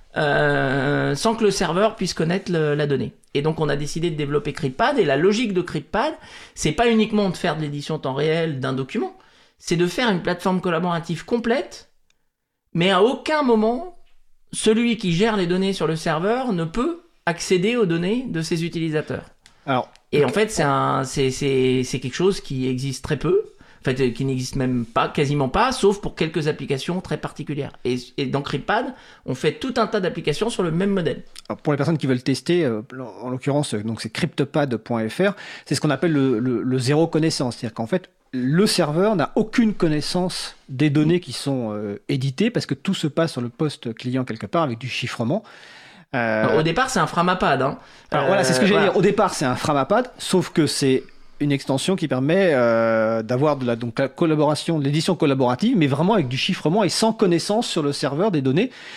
euh, sans que le serveur puisse connaître le- la donnée. Et donc on a décidé de développer CryptPad, et la logique de CryptPad, c'est pas uniquement de faire de l'édition temps réel d'un document, c'est de faire une plateforme collaborative complète, mais à aucun moment, celui qui gère les données sur le serveur ne peut accéder aux données de ses utilisateurs. Alors, Et en fait, c'est un, c'est, c'est, c'est quelque chose qui existe très peu, en fait, euh, qui n'existe même pas, quasiment pas, sauf pour quelques applications très particulières. Et, et dans CryptPad, on fait tout un tas d'applications sur le même modèle. Alors, pour les personnes qui veulent tester, euh, en l'occurrence, euh, donc c'est cryptopad point f r, c'est ce qu'on appelle le, le- le zéro connaissance. C'est-à-dire qu'en fait, le serveur n'a aucune connaissance des données qui sont euh, éditées, parce que tout se passe sur le poste client quelque part avec du chiffrement. Euh, Alors, au départ, c'est un Framapad. Hein. alors voilà, c'est ce que j'allais voilà. dire. Au départ, c'est un Framapad, sauf que c'est une extension qui permet euh, d'avoir de la, donc, la collaboration, de l'édition collaborative, mais vraiment avec du chiffrement et sans connaissance sur le serveur des données.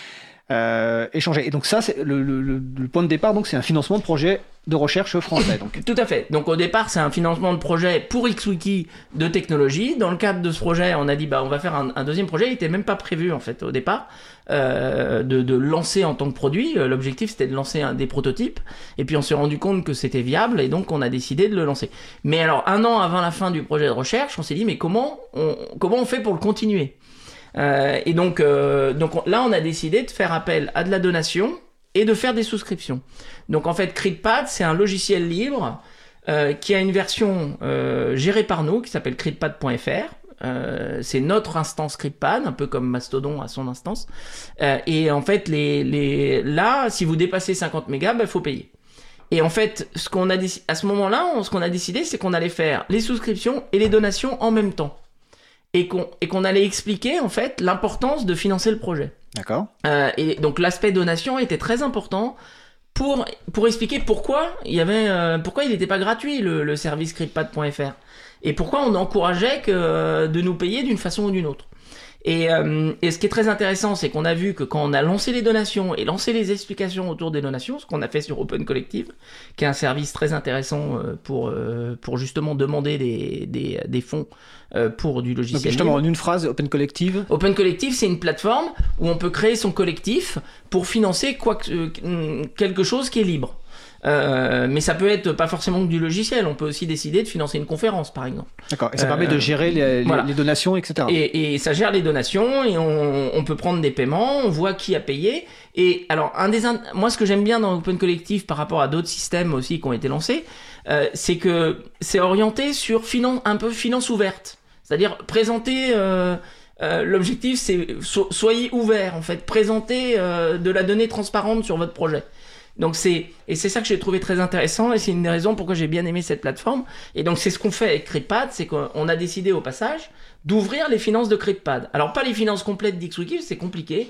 euh, échanger. Et donc ça, c'est le, le, le, le point de départ, donc c'est un financement de projet de recherche français. Donc. Tout à fait. Donc au départ, c'est un financement de projet pour XWiki de technologie. Dans le cadre de ce projet, on a dit bah on va faire un, un deuxième projet. Il était même pas prévu en fait au départ euh, de, de lancer en tant que produit. L'objectif c'était de lancer un, des prototypes. Et puis on s'est rendu compte que c'était viable et donc on a décidé de le lancer. Mais alors un an avant la fin du projet de recherche, on s'est dit mais comment on comment on fait pour le continuer euh, Et donc euh, donc on, là on a décidé de faire appel à de la donation et de faire des souscriptions. Donc en fait, CritPad, c'est un logiciel libre euh, qui a une version euh, gérée par nous qui s'appelle critpad point f r. Euh, c'est notre instance CritPad, un peu comme Mastodon a son instance. Euh, et en fait, les, les, là, si vous dépassez cinquante mégas, il bah, faut payer. Et en fait, ce qu'on a déc- à ce moment-là, on, ce qu'on a décidé, c'est qu'on allait faire les souscriptions et les donations en même temps. Et qu'on, et qu'on allait expliquer en fait l'importance de financer le projet. D'accord. Euh, et donc l'aspect donation était très important pour pour expliquer pourquoi il y avait euh, pourquoi il n'était pas gratuit le, le service critpad point f r et pourquoi on encourageait que euh, de nous payer d'une façon ou d'une autre. Et, euh, et ce qui est très intéressant, c'est qu'on a vu que quand on a lancé les donations et lancé les explications autour des donations, ce qu'on a fait sur Open Collective, qui est un service très intéressant pour, euh, pour justement demander des, des, des fonds euh, pour du logiciel. Donc justement, libre. en une phrase, Open Collective. Open Collective, c'est une plateforme où on peut créer son collectif pour financer quoi que, euh, quelque chose qui est libre. Euh, mais ça peut être pas forcément du logiciel, on peut aussi décider de financer une conférence par exemple. D'accord, et ça euh, permet de gérer les, les, voilà. les donations, et cetera. Et, et ça gère les donations et on, on peut prendre des paiements, on voit qui a payé. Et alors, un des, moi ce que j'aime bien dans Open Collective par rapport à d'autres systèmes aussi qui ont été lancés, euh, c'est que c'est orienté sur finan- un peu finance ouverte. C'est-à-dire présenter... Euh, Euh, l'objectif c'est so- soyez ouverts en fait, présentez euh, de la donnée transparente sur votre projet. Donc c'est et c'est ça que j'ai trouvé très intéressant et c'est une des raisons pourquoi j'ai bien aimé cette plateforme. Et donc c'est ce qu'on fait avec CritPad, c'est qu'on a décidé au passage d'ouvrir les finances de CritPad. Alors pas les finances complètes d'XWiki, c'est compliqué,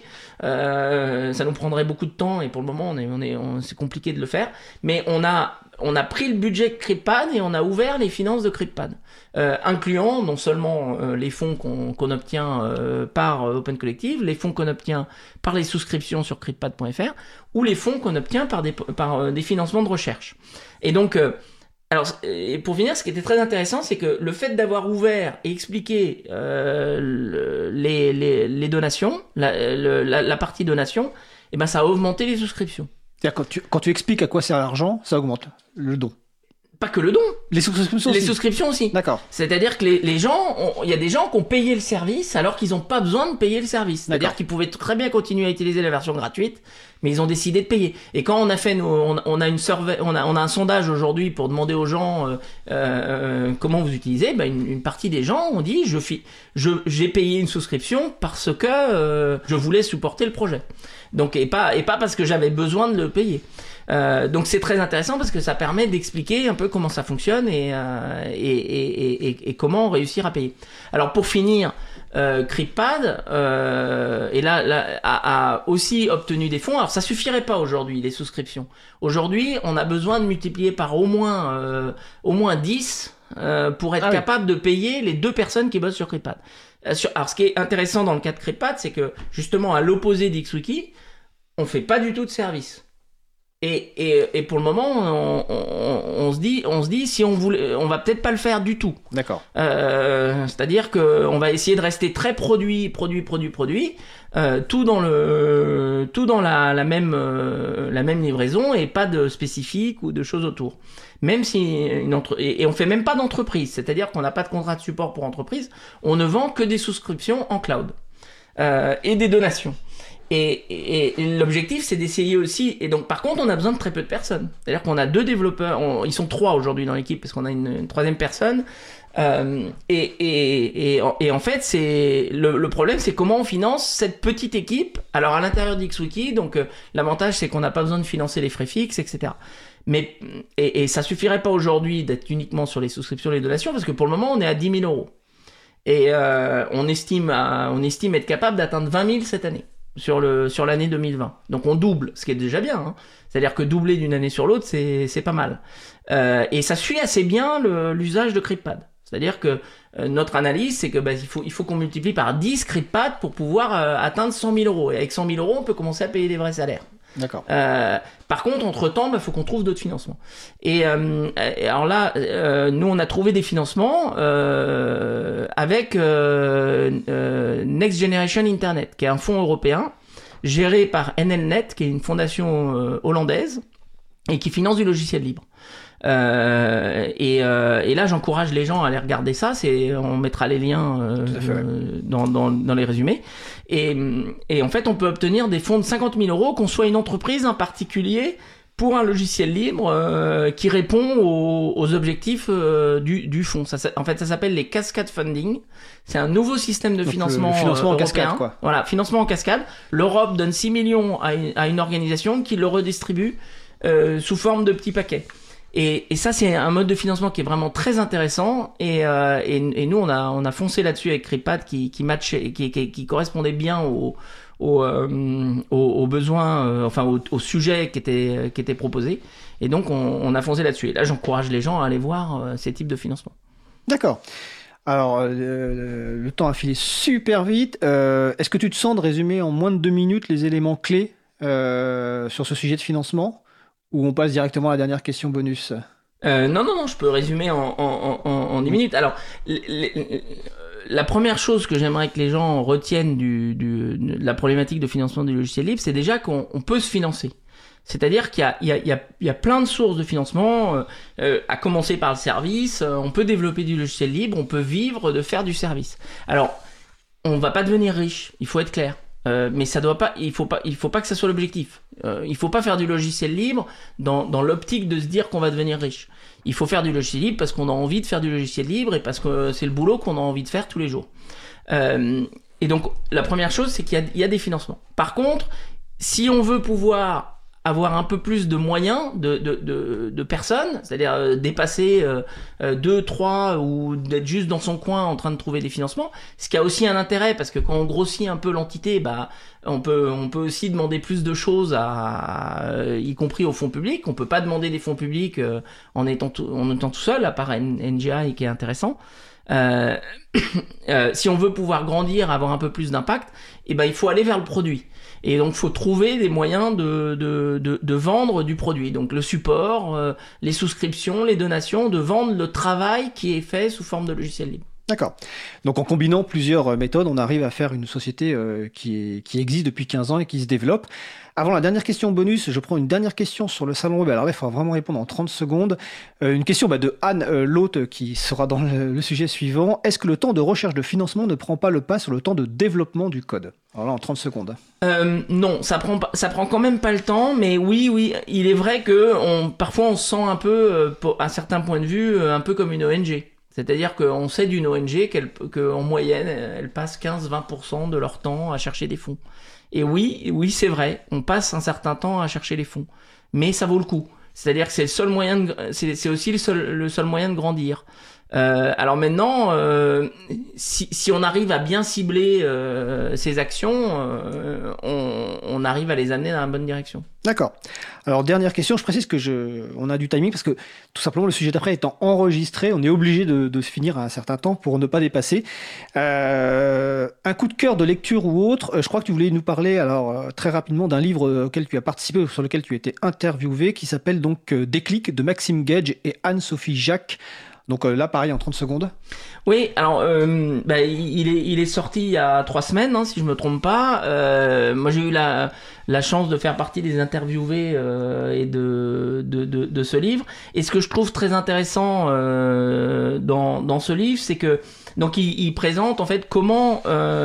euh, ça nous prendrait beaucoup de temps et pour le moment on est on est on, c'est compliqué de le faire. Mais on a on a pris le budget de CritPad et on a ouvert les finances de CritPad, euh, incluant non seulement euh, les fonds qu'on, qu'on obtient euh, par euh, Open Collective, les fonds qu'on obtient par les souscriptions sur critpad point f r ou les fonds qu'on obtient par des, par, euh, des financements de recherche. Et donc, euh, alors, et pour finir, ce qui était très intéressant, c'est que le fait d'avoir ouvert et expliqué euh, le, les, les, les donations, la, le, la, la partie donation, eh ben, ça a augmenté les souscriptions. C'est-à-dire quand tu, quand tu expliques à quoi sert l'argent, ça augmente le don. Pas que le don. Les souscriptions Les aussi. souscriptions aussi. D'accord. C'est-à-dire que les, les gens, il y a des gens qui ont payé le service alors qu'ils n'ont pas besoin de payer le service. C'est-à-dire D'accord. qu'ils pouvaient très bien continuer à utiliser la version gratuite, mais ils ont décidé de payer. Et quand on a fait, nos, on, on a une survey, on a, on a un sondage aujourd'hui pour demander aux gens euh, euh, comment vous utilisez, ben une, une partie des gens ont dit je, fi, je j'ai payé une souscription parce que euh, je voulais supporter le projet. Donc et pas et pas parce que j'avais besoin de le payer. Euh, donc c'est très intéressant parce que ça permet d'expliquer un peu comment ça fonctionne et, euh, et, et, et, et comment réussir à payer. Alors pour finir, euh, CritPad euh, et là, là a, a aussi obtenu des fonds. Alors ça suffirait pas aujourd'hui les souscriptions. Aujourd'hui, on a besoin de multiplier par au moins euh, au moins dix euh, pour être ah oui. capable de payer les deux personnes qui bossent sur CritPad. Euh, sur, alors ce qui est intéressant dans le cas de CritPad, c'est que justement à l'opposé d'XWiki, on fait pas du tout de service. Et, et, et pour le moment, on, on, on se dit, on se dit, si on voulait, on va peut-être pas le faire du tout. D'accord. Euh, c'est-à-dire que on va essayer de rester très produit, produit, produit, produit, euh, tout dans le, tout dans la, la même, euh, la même livraison et pas de spécifique ou de choses autour. Même si une entre, et, et on fait même pas d'entreprise, c'est-à-dire qu'on n'a pas de contrat de support pour entreprise, on ne vend que des souscriptions en cloud euh, et des donations. Et, et, et l'objectif, c'est d'essayer aussi. Et donc, par contre, on a besoin de très peu de personnes. C'est-à-dire qu'on a deux développeurs. On, ils sont trois aujourd'hui dans l'équipe parce qu'on a une, une troisième personne. Euh, et, et, et, et en fait, c'est le, le problème, c'est comment on finance cette petite équipe. Alors, à l'intérieur d'XWiki, donc euh, l'avantage, c'est qu'on n'a pas besoin de financer les frais fixes, et cetera. Mais et, et ça suffirait pas aujourd'hui d'être uniquement sur les souscriptions et les donations parce que pour le moment, on est à dix mille euros. Et euh, on estime, à, on estime être capable d'atteindre vingt mille cette année. Sur, le, sur l'année deux mille vingt. Donc on double, ce qui est déjà bien. Hein. C'est-à-dire que doubler d'une année sur l'autre, c'est, c'est pas mal. Euh, et ça suit assez bien le, l'usage de CritPad. C'est-à-dire que euh, notre analyse, c'est que bah, il faut, il faut qu'on multiplie par dix CryptPad pour pouvoir euh, atteindre cent mille euros. Et avec cent mille euros, on peut commencer à payer des vrais salaires. D'accord. Euh, par contre, entre-temps, il bah, faut qu'on trouve d'autres financements. Et, euh, et alors là, euh, nous, on a trouvé des financements euh, avec euh, euh, Next Generation Internet, qui est un fonds européen géré par N L Net, qui est une fondation euh, hollandaise, et qui finance du logiciel libre. Euh, et, euh, et là, j'encourage les gens à aller regarder ça. C'est, on mettra les liens euh, fait, ouais. euh, dans, dans, dans les résumés. Et, et en fait, on peut obtenir des fonds de cinquante mille euros, qu'on soit une entreprise, un particulier, pour un logiciel libre euh, qui répond aux, aux objectifs euh, du, du fonds. Ça, ça, en fait, ça s'appelle les cascade funding. C'est un nouveau système de Donc, financement, le financement euh, en cascade, européen. quoi. Voilà, financement en cascade. L'Europe donne six millions à une, à une organisation qui le redistribue euh, sous forme de petits paquets. Et, et ça, c'est un mode de financement qui est vraiment très intéressant. Et, euh, et, et nous, on a, on a foncé là-dessus avec CryptPad qui, qui matchait, qui, qui, qui correspondait bien au, au, euh, aux, aux besoins, euh, enfin au, au sujet qui était, qui était proposé. Et donc, on, on a foncé là-dessus. Et là, j'encourage les gens à aller voir euh, ces types de financement. D'accord. Alors, euh, le temps a filé super vite. Euh, est-ce que tu te sens de résumer en moins de deux minutes les éléments clés euh, sur ce sujet de financement ? Ou on passe directement à la dernière question bonus? euh, Non, non, non, je peux résumer en, en, en, en dix minutes. Alors, les, les, la première chose que j'aimerais que les gens retiennent du, du, de la problématique de financement du logiciel libre, c'est déjà qu'on on peut se financer. C'est-à-dire qu'il y a, il y, a, il y, a, il y a plein de sources de financement, euh, euh, à commencer par le service. Euh, on peut développer du logiciel libre, on peut vivre de faire du service. Alors, on va pas devenir riche, il faut être clair. Euh, mais ça doit pas, il faut pas, il faut pas que ça soit l'objectif. Euh, il faut pas faire du logiciel libre dans, dans l'optique de se dire qu'on va devenir riche. Il faut faire du logiciel libre parce qu'on a envie de faire du logiciel libre et parce que c'est le boulot qu'on a envie de faire tous les jours. Euh, et donc, la première chose, c'est qu'il y a, il y a des financements. Par contre, si on veut pouvoir avoir un peu plus de moyens de, de, de, de personnes, c'est-à-dire euh, dépasser euh, deux, trois ou d'être juste dans son coin en train de trouver des financements, ce qui a aussi un intérêt parce que quand on grossit un peu l'entité, bah, on peut, on peut aussi demander plus de choses, à, à, y compris au fonds public. On peut pas demander des fonds publics euh, en, étant tout, en étant tout seul, à part N G I qui est intéressant. Euh, euh, si on veut pouvoir grandir, avoir un peu plus d'impact, eh ben, il faut aller vers le produit. Et donc, il faut trouver des moyens de, de, de, de vendre du produit. Donc, le support, euh, les souscriptions, les donations, de vendre le travail qui est fait sous forme de logiciel libre. D'accord. Donc, en combinant plusieurs méthodes, on arrive à faire une société euh, qui, est, qui existe depuis quinze ans et qui se développe. Avant la dernière question bonus, je prends une dernière question sur le salon web. Alors là, il faudra vraiment répondre en trente secondes. Euh, une question bah, de Anne, euh, l'hôte, qui sera dans le, le sujet suivant. Est-ce que le temps de recherche de financement ne prend pas le pas sur le temps de développement du code? Alors là, en trente secondes. Euh, non, ça prend pas, ça prend quand même pas le temps, mais oui, oui, il est vrai que on, parfois on se sent un peu, euh, à certains points de vue, un peu comme une O N G. C'est-à-dire qu'on sait d'une O N G qu'elle, qu'en moyenne, elle passe quinze à vingt pour cent de leur temps à chercher des fonds. Et oui, oui, c'est vrai, on passe un certain temps à chercher les fonds. Mais ça vaut le coup. C'est-à-dire que c'est le seul moyen de, c'est, c'est aussi le seul, le seul moyen de grandir. Euh, alors maintenant, euh, si, si on arrive à bien cibler euh, ces actions, euh, on, on arrive à les amener dans la bonne direction. D'accord. Alors, dernière question, je précise que je, on a du timing parce que tout simplement le sujet d'après étant enregistré, on est obligé de, de se finir à un certain temps pour ne pas dépasser. Euh, un coup de cœur de lecture ou autre, je crois que tu voulais nous parler alors très rapidement d'un livre auquel tu as participé, sur lequel tu as été interviewé, qui s'appelle donc Déclic de Maxime Gage et Anne-Sophie Jacques. Donc euh, là, pareil, en trente secondes. Oui, alors euh, bah, il, est, il est sorti il y a trois semaines, hein, si je me trompe pas. Euh, moi, j'ai eu la, la chance de faire partie des interviewés euh, et de, de, de, de ce livre. Et ce que je trouve très intéressant euh, dans, dans ce livre, c'est que donc il, il présente en fait comment,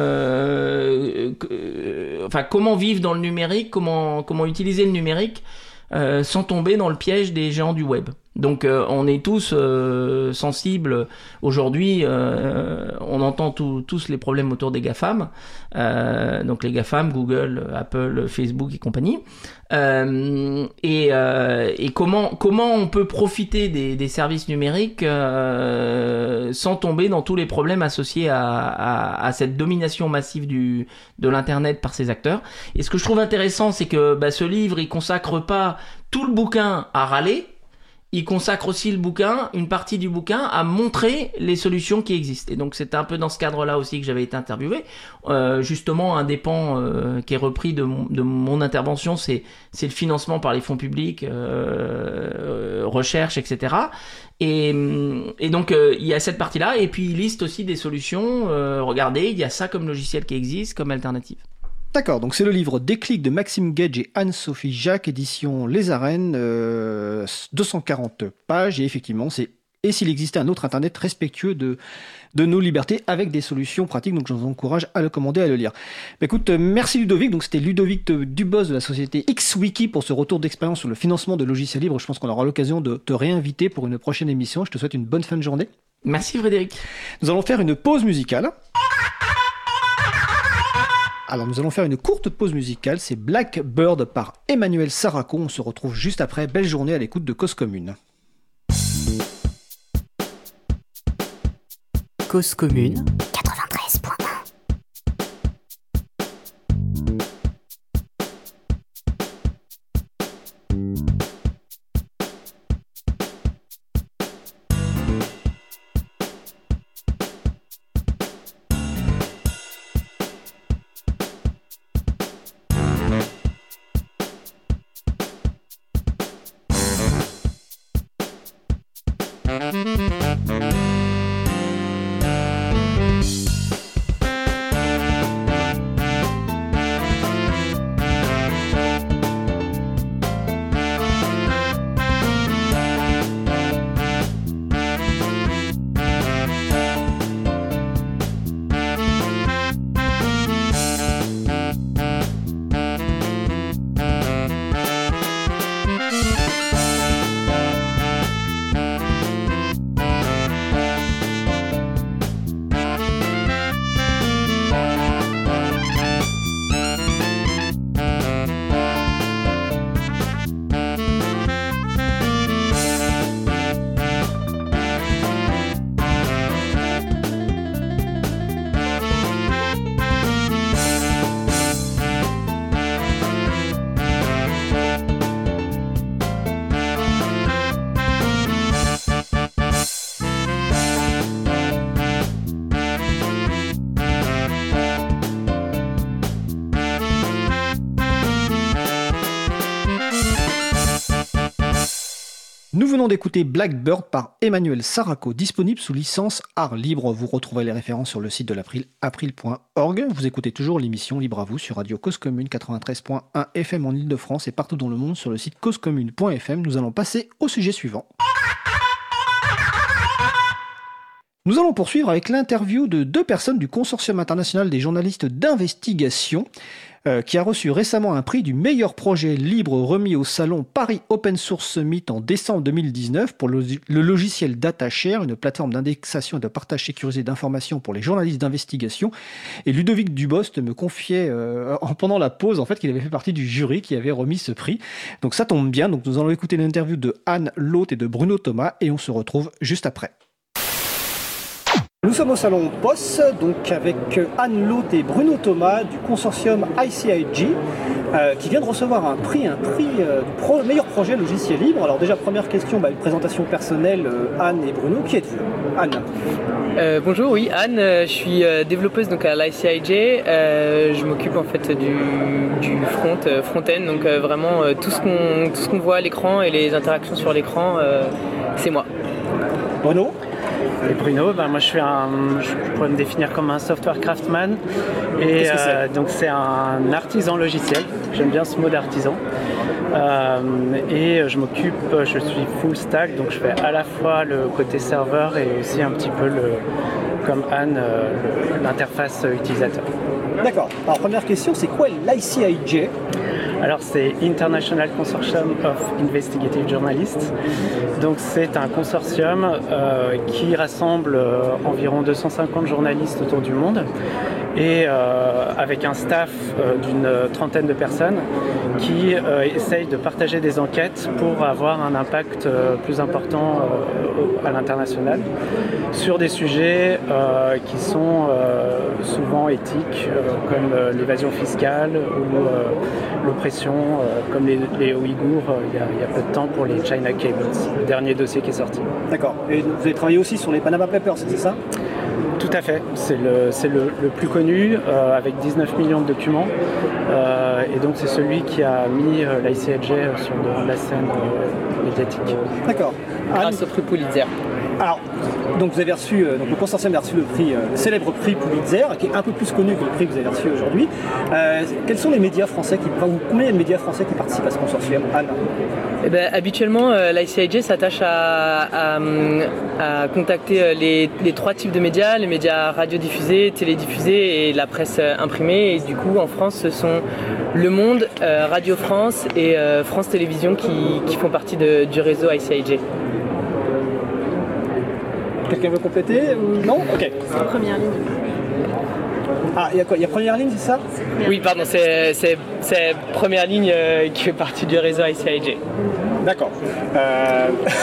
euh, euh, enfin comment vivre dans le numérique, comment comment utiliser le numérique euh, sans tomber dans le piège des géants du web. Donc euh, on est tous euh, sensibles aujourd'hui, euh, on entend tout, tous les problèmes autour des GAFAM, euh, donc les GAFAM, Google, Apple, Facebook et compagnie, euh, et, euh, et comment, comment on peut profiter des, des services numériques euh, sans tomber dans tous les problèmes associés à, à, à cette domination massive du, de l'Internet par ces acteurs. Et ce que je trouve intéressant, c'est que bah, ce livre, il consacre pas tout le bouquin à râler. il consacre aussi le bouquin, une partie du bouquin, à montrer les solutions qui existent. Et donc c'était un peu dans ce cadre-là aussi que j'avais été interviewé. Euh, justement, un des pans euh, qui est repris de mon, de mon intervention, c'est, c'est le financement par les fonds publics, euh, euh, recherche, et cetera. Et, et donc euh, il y a cette partie-là, et puis il liste aussi des solutions. Euh, regardez, il y a ça comme logiciel qui existe, comme alternative. D'accord, donc c'est le livre Déclic de Maxime Gage et Anne-Sophie Jacques, édition Les Arènes, euh, deux cent quarante pages, et effectivement, c'est « Et s'il existait un autre Internet respectueux de, de nos libertés avec des solutions pratiques », donc je vous encourage à le commander, à le lire. Bah, écoute, merci Ludovic, donc c'était Ludovic Dubos de la société XWiki pour ce retour d'expérience sur le financement de logiciels libres. Je pense qu'on aura l'occasion de te réinviter pour une prochaine émission. Je te souhaite une bonne fin de journée. Merci Frédéric. Nous allons faire une pause musicale. Alors nous allons faire une courte pause musicale, c'est Blackbird par Emmanuel Saraco. On se retrouve juste après. Belle journée à l'écoute de Cause Commune. Cause Commune quatre-vingt-treize point un. Nous venons d'écouter Blackbird par Emmanuel Saraco, disponible sous licence Art Libre. Vous retrouverez les références sur le site de l'April, april point org. Vous écoutez toujours l'émission Libre à vous sur Radio Cause Commune quatre-vingt-treize point un F M en Ile-de-France et partout dans le monde sur le site cause commune point f m. Nous allons passer au sujet suivant. Nous allons poursuivre avec l'interview de deux personnes du Consortium international des journalistes d'investigation euh, qui a reçu récemment un prix du meilleur projet libre remis au salon Paris Open Source Summit en décembre deux mille dix-neuf pour le, le logiciel DataShare, une plateforme d'indexation et de partage sécurisé d'informations pour les journalistes d'investigation. Et Ludovic Dubost me confiait euh, en, pendant la pause en fait, qu'il avait fait partie du jury qui avait remis ce prix. Donc ça tombe bien, donc nous allons écouter l'interview de Anne Loth et de Bruno Thomas et on se retrouve juste après. Nous sommes au salon P O S, donc avec Anne Loth et Bruno Thomas du consortium I C I G, euh, qui vient de recevoir un prix, un prix euh, du pro, meilleur projet logiciel libre. Alors déjà, première question, bah, une présentation personnelle, euh, Anne et Bruno, qui êtes-vous ? Anne. Euh, bonjour, oui, Anne, euh, je suis euh, développeuse donc, à l'I C I G, euh, je m'occupe en fait du, du front, euh, front-end, donc euh, vraiment euh, tout, ce qu'on, tout ce qu'on voit à l'écran et les interactions sur l'écran, euh, c'est moi. Bruno. Et Bruno, ben moi je suis un, je pourrais me définir comme un software craftsman et Qu'est-ce que c'est ? euh, donc c'est un artisan logiciel. J'aime bien ce mot d'artisan. Euh, et je m'occupe, je suis full stack, donc je fais à la fois le côté serveur et aussi un petit peu le, comme Anne, le, l'interface utilisateur. D'accord. Alors première question, c'est quoi l'I C I G ? Alors c'est International Consortium of Investigative Journalists. Donc c'est un consortium euh, qui rassemble euh, environ deux cent cinquante journalistes autour du monde et euh, avec un staff euh, d'une trentaine de personnes qui euh, essayent de partager des enquêtes pour avoir un impact euh, plus important euh, à l'international sur des sujets euh, qui sont euh, souvent éthiques, euh, comme euh, l'évasion fiscale ou euh, l'oppression, euh, comme les, les Ouïghours euh, il, y a, il y a peu de temps pour les China Cables, le dernier dossier qui est sorti. D'accord. Et vous avez travaillé aussi sur les Panama Papers, c'est ça ? Tout à fait, c'est le, c'est le, le plus connu, euh, avec dix-neuf millions de documents, euh, et donc c'est celui qui a mis euh, l'I C I J sur de la scène euh, médiatique. D'accord. Grâce au prix Pulitzer. Alors, donc vous avez reçu, euh, donc le consortium a reçu le prix, euh, le célèbre prix Pulitzer, qui est un peu plus connu que le prix que vous avez reçu aujourd'hui. Euh, quels sont les médias français qui, enfin, combien il y a de médias français qui participent à ce consortium, Anne ? Eh ben, habituellement, euh, l'I C I J s'attache à, à, à contacter euh, les, les trois types de médias, les médias radiodiffusés, télédiffusés et la presse euh, imprimée. Et du coup, en France, ce sont Le Monde, euh, Radio France et euh, France Télévisions qui, qui font partie de, du réseau I C I J. Quelqu'un veut compléter ou non ? Ok. C'est en première ligne. Ah, il y a quoi ? Il y a première ligne, c'est ça ? Oui, pardon, c'est, c'est, c'est première ligne euh, qui fait partie du réseau I C I J. D'accord. Euh...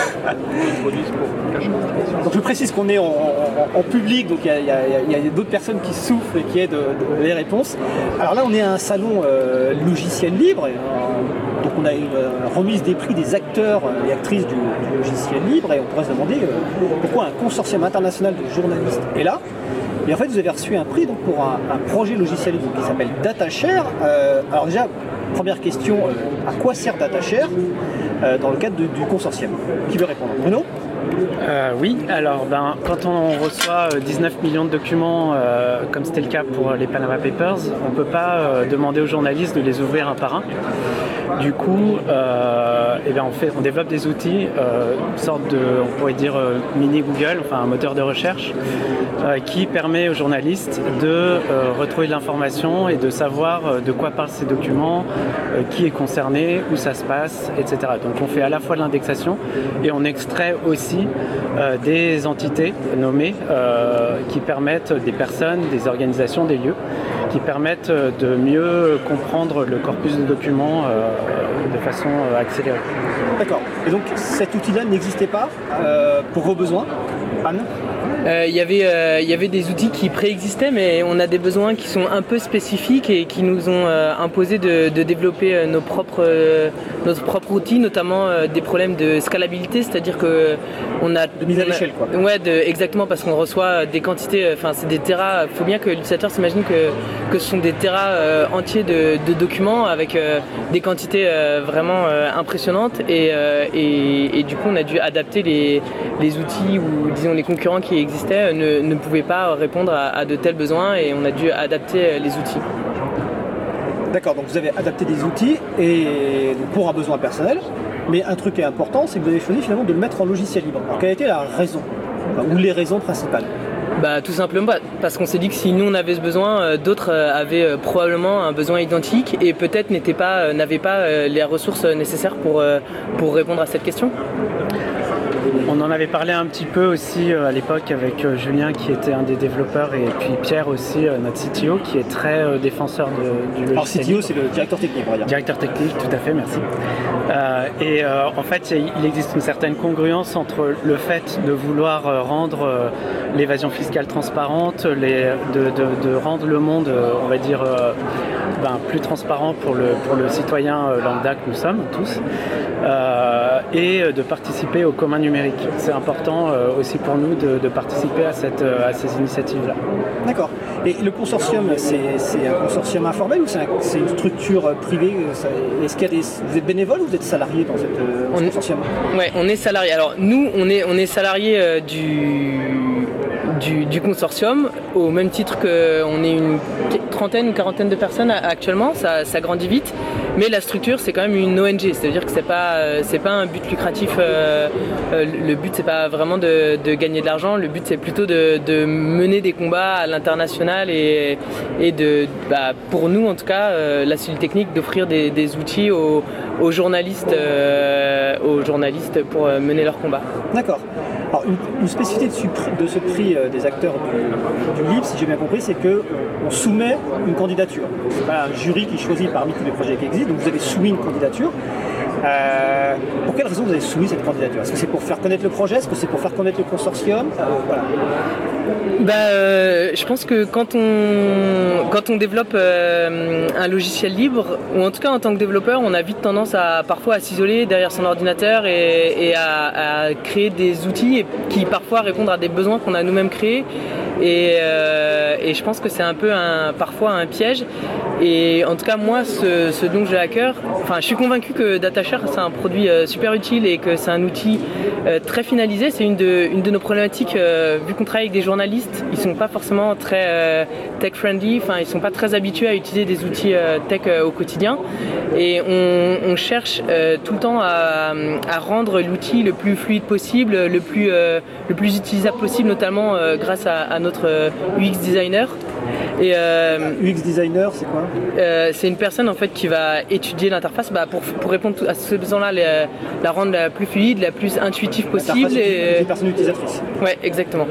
donc je précise qu'on est en, en, en public, donc il y, y, y a d'autres personnes qui souffrent et qui aident de, de, les réponses. Alors là, on est à un salon euh, logiciel libre. Et, euh, donc on a une euh, remise des prix des acteurs et actrices du, du logiciel libre, et on pourrait se demander euh, pourquoi un consortium international de journalistes est là. Et en fait, vous avez reçu un prix donc, pour un, un projet logiciel libre qui s'appelle DataShare. Euh, alors déjà, première question, euh, à quoi sert DataShare euh, dans le cadre de, du consortium ? Qui veut répondre ? Bruno ? Euh, oui, alors ben, quand on reçoit dix-neuf millions de documents, euh, comme c'était le cas pour les Panama Papers, on ne peut pas euh, demander aux journalistes de les ouvrir un par un. Du coup, euh, eh bien on, fait, on développe des outils, euh, une sorte de, on pourrait dire euh, mini Google, enfin un moteur de recherche, euh, qui permet aux journalistes de euh, retrouver de l'information et de savoir euh, de quoi parlent ces documents, euh, qui est concerné, où ça se passe, et cetera. Donc on fait à la fois de l'indexation et on extrait aussi euh, des entités nommées euh, qui permettent, des personnes, des organisations, des lieux, qui permettent de mieux comprendre le corpus de documents euh, de façon euh, accélérée. D'accord. Et donc cet outil-là n'existait pas euh, pour vos besoins, Anne ? Euh, y avait, euh, y avait des outils qui préexistaient, mais on a des besoins qui sont un peu spécifiques et qui nous ont euh, imposé de, de développer euh, nos propres, euh, notre propre outil, notamment euh, des problèmes de scalabilité, c'est-à-dire que on a de mise à l'échelle, quoi. Ouais, de, exactement, parce qu'on reçoit des quantités, enfin c'est des terras. Il faut bien que l'utilisateur s'imagine que, que ce sont des terras euh, entiers de, de documents avec euh, des quantités euh, vraiment euh, impressionnantes et, euh, et, et du coup on a dû adapter les, les outils ou disons les concurrents qui existaient ne, ne pouvaient pas répondre à, à de tels besoins et on a dû adapter les outils. D'accord, donc vous avez adapté des outils et pour un besoin personnel, mais un truc qui est important, c'est que vous avez choisi finalement de le mettre en logiciel libre. Alors quelle a été la raison, ou les raisons principales ? Bah, tout simplement parce qu'on s'est dit que si nous on avait ce besoin, d'autres avaient probablement un besoin identique et peut-être n'étaient pas, n'avaient pas les ressources nécessaires pour, pour répondre à cette question. On en avait parlé un petit peu aussi à l'époque avec Julien qui était un des développeurs et puis Pierre aussi, notre C T O, qui est très défenseur de, du logiciel. Alors C T O c'est le directeur technique, on va dire. Directeur technique, tout à fait, merci. Euh, et euh, en fait il existe une certaine congruence entre le fait de vouloir rendre euh, l'évasion fiscale transparente, les, de, de, de rendre le monde, on va dire, euh, ben, plus transparent pour le, pour le citoyen lambda que nous sommes tous, euh, et de participer au commun numérique. C'est important euh, aussi pour nous de, de participer à, cette, à ces initiatives-là. D'accord. Et le consortium, c'est, c'est un consortium informel ou c'est, un, c'est une structure privée ? Est-ce qu'il y a des, vous êtes bénévole ou vous êtes salarié dans, cette, dans ce on consortium ? Ouais, on est salarié. Alors nous, on est, on est salarié euh, du... Du, du consortium, au même titre qu'on est une trentaine, une quarantaine de personnes actuellement, ça, ça grandit vite. mais la structure c'est quand même une O N G, c'est-à-dire que c'est pas, euh, c'est pas un but lucratif, euh, euh, le but c'est pas vraiment de, de gagner de l'argent, le but c'est plutôt de, de mener des combats à l'international et, et de, bah, pour nous en tout cas, euh, la cellule technique d'offrir des, des outils aux, aux journalistes, euh, aux journalistes pour euh, mener leur combat. D'accord. Alors, une, une spécificité de ce prix, de ce prix euh, des acteurs du, du livre, si j'ai bien compris, c'est qu'on soumet une candidature. C'est pas un jury qui choisit parmi tous les projets qui existent, donc vous avez soumis une candidature. Euh, pour quelle raison vous avez soumis cette candidature? Est-ce que c'est pour faire connaître le projet? Est-ce que c'est pour faire connaître le consortium? euh, voilà. Bah, euh, je pense que quand on, quand on développe euh, un logiciel libre, ou en tout cas en tant que développeur, on a vite tendance à parfois à s'isoler derrière son ordinateur et, et à, à créer des outils et, qui parfois répondent à des besoins qu'on a nous-mêmes créés. Et, euh, et je pense que c'est un peu un, parfois un piège. Et en tout cas, moi, ce, ce dont j'ai à cœur, enfin, je suis convaincu que DataShare, c'est un produit euh, super utile et que c'est un outil euh, très finalisé. C'est une de, une de nos problématiques, euh, vu qu'on travaille avec des journalistes, ils sont pas forcément très euh, tech-friendly, enfin, ils sont pas très habitués à utiliser des outils euh, tech euh, au quotidien. Et on, on cherche euh, tout le temps à, à rendre l'outil le plus fluide possible, le plus, euh, le plus utilisable possible, notamment euh, grâce à, à notre euh, U X designer. Et euh, U X designer, c'est quoi? euh, C'est une personne en fait qui va étudier l'interface bah, pour, pour répondre à ce besoin-là, la, la rendre la plus fluide, la plus intuitive possible. Et des personnes utilisatrices. Ouais, exactement.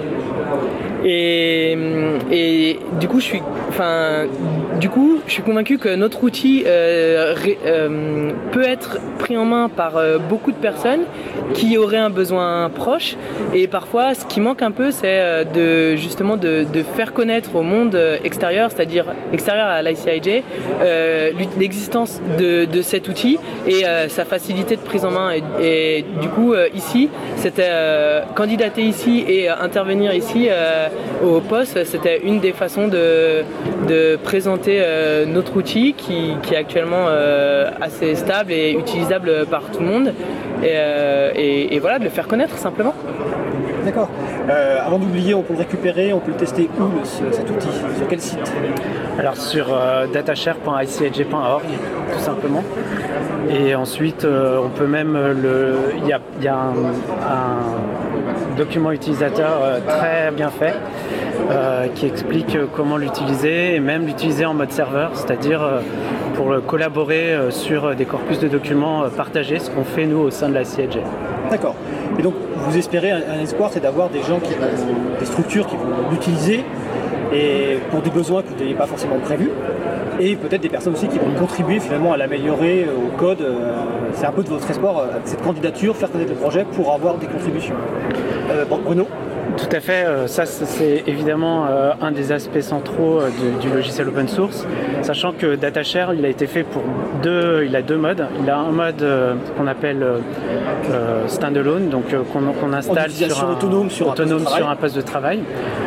Et, et du coup, je suis, enfin, du coup, je suis convaincu que notre outil euh, ré, euh, peut être pris en main par euh, beaucoup de personnes qui auraient un besoin proche. Et parfois, ce qui manque un peu, c'est euh, de justement de, de faire connaître au monde extérieur, c'est-à-dire extérieur à l'I C I J, euh, l'existence de, de cet outil et euh, sa facilité de prise en main. Et, et du coup, euh, ici, c'était euh, candidater ici et euh, intervenir ici. Euh, au poste, c'était une des façons de, de présenter euh, notre outil qui, qui est actuellement euh, assez stable et utilisable par tout le monde et, euh, et, et voilà, de le faire connaître simplement. D'accord. Euh, avant d'oublier, on peut le récupérer, on peut le tester où le, ce, cet outil? Sur quel site? Alors sur euh, datashare point i c i j point org tout simplement. Et ensuite euh, on peut même le. Il y a, y a un, un document utilisateur euh, très bien fait euh, qui explique comment l'utiliser et même l'utiliser en mode serveur, c'est-à-dire euh, pour collaborer euh, sur des corpus de documents euh, partagés, ce qu'on fait nous au sein de l'I C I J. D'accord. Et donc vous espérez un, un espoir, c'est d'avoir des gens qui vont, des structures qui vont l'utiliser et pour des besoins que vous n'aviez pas forcément prévus, et peut-être des personnes aussi qui vont contribuer finalement à l'améliorer au code. C'est un peu de votre espoir, cette candidature, faire connaître le projet pour avoir des contributions. Euh, bon, Bruno? Tout à fait, ça c'est évidemment un des aspects centraux du logiciel open source, sachant que DataShare il a été fait pour deux, il a deux modes. Il a un mode qu'on appelle euh, standalone, donc qu'on qu'on installe sur un, autonome, sur, autonome un sur un poste de travail.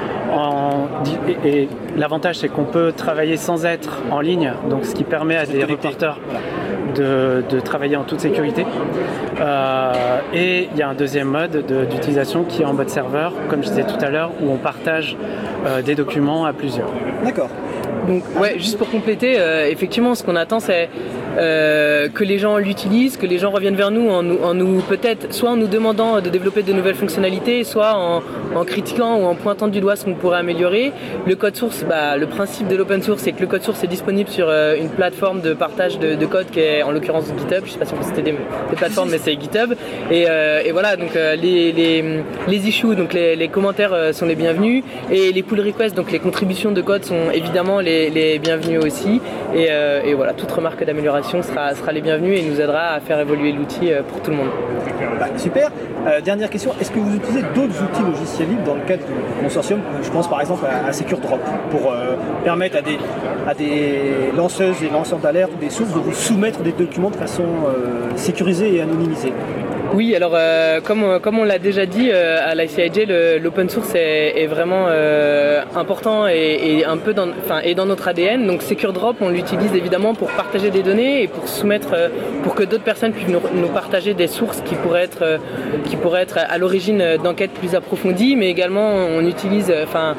En, et, et l'avantage c'est qu'on peut travailler sans être en ligne, donc ce qui permet à des reporters de, de travailler en toute sécurité. Euh, et il y a un deuxième mode de, d'utilisation qui est en mode serveur, comme je disais tout à l'heure, où on partage euh, des documents à plusieurs. D'accord. Donc ouais, juste pour compléter, euh, effectivement, ce qu'on attend, c'est euh, que les gens l'utilisent, que les gens reviennent vers nous en nous, en nous peut-être, soit en nous demandant de développer de nouvelles fonctionnalités, soit en, en critiquant ou en pointant du doigt ce qu'on pourrait améliorer. Le code source, bah, le principe de l'open source, c'est que le code source est disponible sur euh, une plateforme de partage de, de code qui est en l'occurrence GitHub. Je sais pas si on peut citer des, des plateformes, mais c'est GitHub. Et, euh, et voilà, donc euh, les, les, les issues, donc les, les commentaires euh, sont les bienvenus, et les pull requests, donc les contributions de code sont évidemment les, les bienvenues aussi. Et, euh, et voilà, toute remarque d'amélioration Sera, sera les bienvenus et nous aidera à faire évoluer l'outil pour tout le monde. Bah, super. Euh, dernière question, est-ce que vous utilisez d'autres outils logiciels libres dans le cadre du consortium? Je pense par exemple à, à SecureDrop pour euh, permettre à des, à des lanceuses et lanceurs d'alerte ou des sources de vous soumettre des documents de façon euh, sécurisée et anonymisée. Oui, alors euh, comme, comme on l'a déjà dit euh, à l'I C I J, le, l'open source est, est vraiment euh, important et, et un peu dans, enfin, et dans notre A D N. Donc SecureDrop, on l'utilise évidemment pour partager des données et pour soumettre, euh, pour que d'autres personnes puissent nous, nous partager des sources qui pourraient être, euh, qui pourraient être à l'origine d'enquêtes plus approfondies, mais également on utilise, enfin,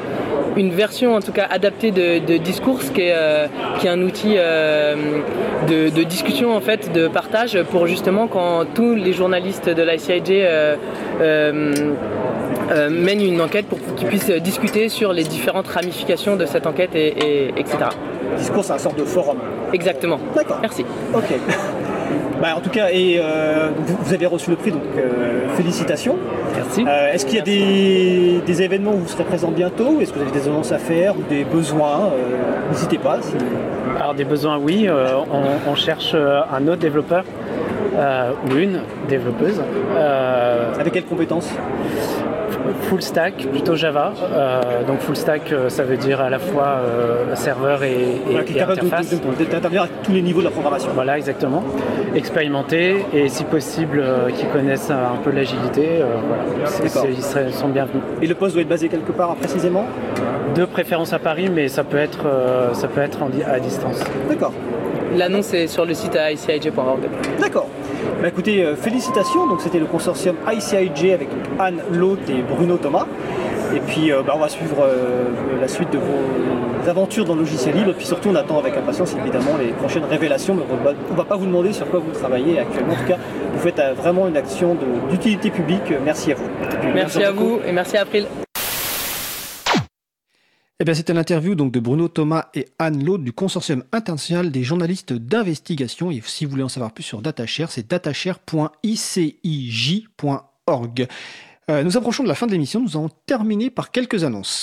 une version en tout cas adaptée de, de Discourse qui est, euh, qui est un outil euh, de, de discussion en fait, de partage pour justement quand tous les journalistes de l'I C I J euh, euh, euh, mènent une enquête pour qu'ils puissent discuter sur les différentes ramifications de cette enquête et, et etc. Discourse, c'est un sorte de forum. Exactement. D'accord. Merci. Ok. Bah, en tout cas, et, euh, vous, vous avez reçu le prix, donc euh, félicitations. Merci. Euh, est-ce qu'il y a des, des événements où vous serez présent bientôt? Est-ce que vous avez des annonces à faire ou des besoins? euh, N'hésitez pas. Si... Alors des besoins, oui. Euh, on, on cherche un autre développeur euh, ou une développeuse. Euh, Avec quelles compétences? Full stack, plutôt Java. Euh, donc full stack, euh, ça veut dire à la fois euh, serveur et, et, voilà, qui est et capable interface. d'intervenir à tous les niveaux de la programmation. Voilà, exactement. Expérimenté et si possible, euh, qui connaissent un peu l'agilité. Euh, voilà. C'est, c'est, ils seraient, sont bienvenus. Et le poste doit être basé quelque part précisément? De préférence à Paris, mais ça peut être, euh, ça peut être en di- à distance. D'accord. L'annonce est sur le site i c i j point org. D'accord. Bah écoutez, euh, félicitations. Donc c'était le consortium I C I J avec Anne Loth et Bruno Thomas. Et puis euh, bah, on va suivre euh, la suite de vos aventures dans le logiciel libre. Et puis surtout on attend avec impatience évidemment les prochaines révélations. Mais on ne va pas vous demander sur quoi vous travaillez actuellement. En tout cas, vous faites euh, vraiment une action de, d'utilité publique. Merci à vous. Puis, merci à vous et merci à April. Eh bien, c'était l'interview donc de Bruno Thomas et Anne Loth du Consortium international des journalistes d'investigation. Et si vous voulez en savoir plus sur DataShare, c'est datashare point i c i j point org. Euh, nous approchons de la fin de l'émission. Nous allons terminer par quelques annonces.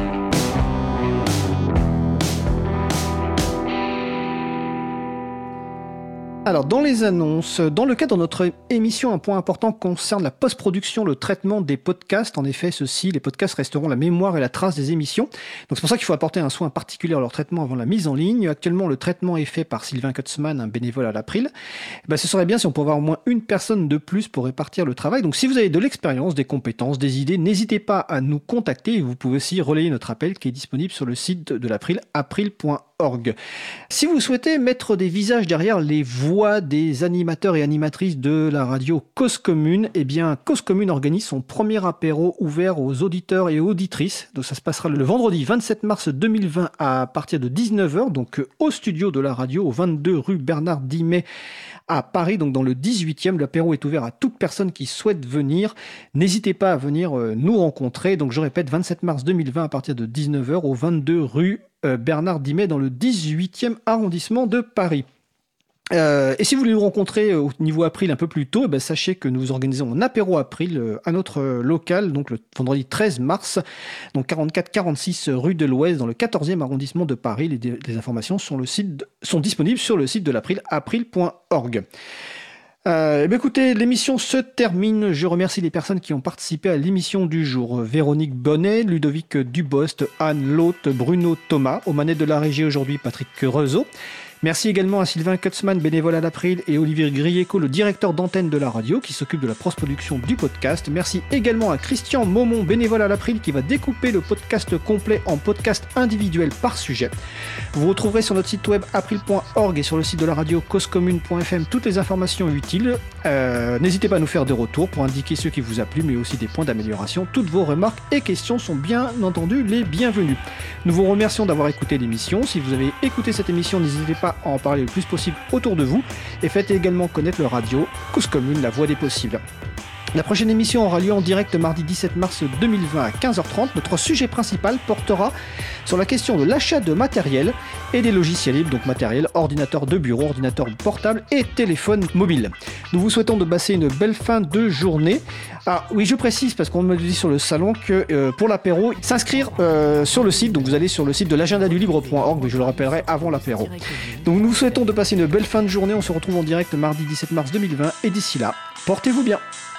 Alors, dans les annonces, dans le cadre de notre émission, un point important concerne la post-production, le traitement des podcasts. En effet, ceux-ci, les podcasts resteront la mémoire et la trace des émissions. Donc, c'est pour ça qu'il faut apporter un soin particulier à leur traitement avant la mise en ligne. Actuellement, le traitement est fait par Sylvain Kutzmann, un bénévole à l'April. Ben, ce serait bien si on pouvait avoir au moins une personne de plus pour répartir le travail. Donc, si vous avez de l'expérience, des compétences, des idées, n'hésitez pas à nous contacter. Vous pouvez aussi relayer notre appel qui est disponible sur le site de l'April, april point org. Si vous souhaitez mettre des visages derrière les voix des animateurs et animatrices de la radio Cause Commune, eh bien, Cause Commune organise son premier apéro ouvert aux auditeurs et auditrices. Donc, ça se passera le vendredi vingt-sept mars deux mille vingt à partir de dix-neuf heures, donc au studio de la radio, au vingt-deux rue Bernard Dimet à Paris, donc dans le dix-huitième. L'apéro est ouvert à toute personne qui souhaite venir. N'hésitez pas à venir nous rencontrer. Donc, je répète, vingt-sept mars deux mille vingt à partir de dix-neuf heures au vingt-deux rue Bernard Dimet dans le dix-huitième arrondissement de Paris. Euh, et si vous voulez nous rencontrer au niveau April un peu plus tôt, eh ben, sachez que nous organisons un apéro April euh, à notre local, donc le vendredi treize mars, donc quarante-quatre quarante-six rue de l'Ouest, dans le quatorzième arrondissement de Paris. Les, les informations sont, le site, sont disponibles sur le site de l'April, april point org. Euh, eh bien, écoutez, l'émission se termine. Je remercie les personnes qui ont participé à l'émission du jour. Véronique Bonnet, Ludovic Dubost, Anne Loth, Bruno Thomas. Aux manettes de la régie aujourd'hui, Patrick Rezeau. Merci également à Sylvain Kutzmann, bénévole à l'April, et Olivier Grieco, le directeur d'antenne de la radio, qui s'occupe de la post-production du podcast. Merci également à Christian Maumont, bénévole à l'April, qui va découper le podcast complet en podcast individuel par sujet. Vous retrouverez sur notre site web april point org et sur le site de la radio causecommune point f m toutes les informations utiles. Euh, n'hésitez pas à nous faire des retours pour indiquer ce qui vous a plu, mais aussi des points d'amélioration. Toutes vos remarques et questions sont bien entendu les bienvenues. Nous vous remercions d'avoir écouté l'émission. Si vous avez écouté cette émission, n'hésitez pas à en parler le plus possible autour de vous et faites également connaître le radio Cause Commune, la voix des possibles. La prochaine émission aura lieu en direct mardi dix-sept mars deux mille vingt à quinze heures trente. Notre sujet principal portera sur la question de l'achat de matériel et des logiciels libres, donc matériel, ordinateur de bureau, ordinateur portable et téléphone mobile. Nous vous souhaitons de passer une belle fin de journée. Ah oui, je précise parce qu'on me dit sur le salon que euh, pour l'apéro, s'inscrire euh, sur le site, donc vous allez sur le site de l'agenda du libre point org, mais je le rappellerai avant l'apéro. Donc nous vous souhaitons de passer une belle fin de journée. On se retrouve en direct mardi dix-sept mars deux mille vingt et d'ici là, portez-vous bien.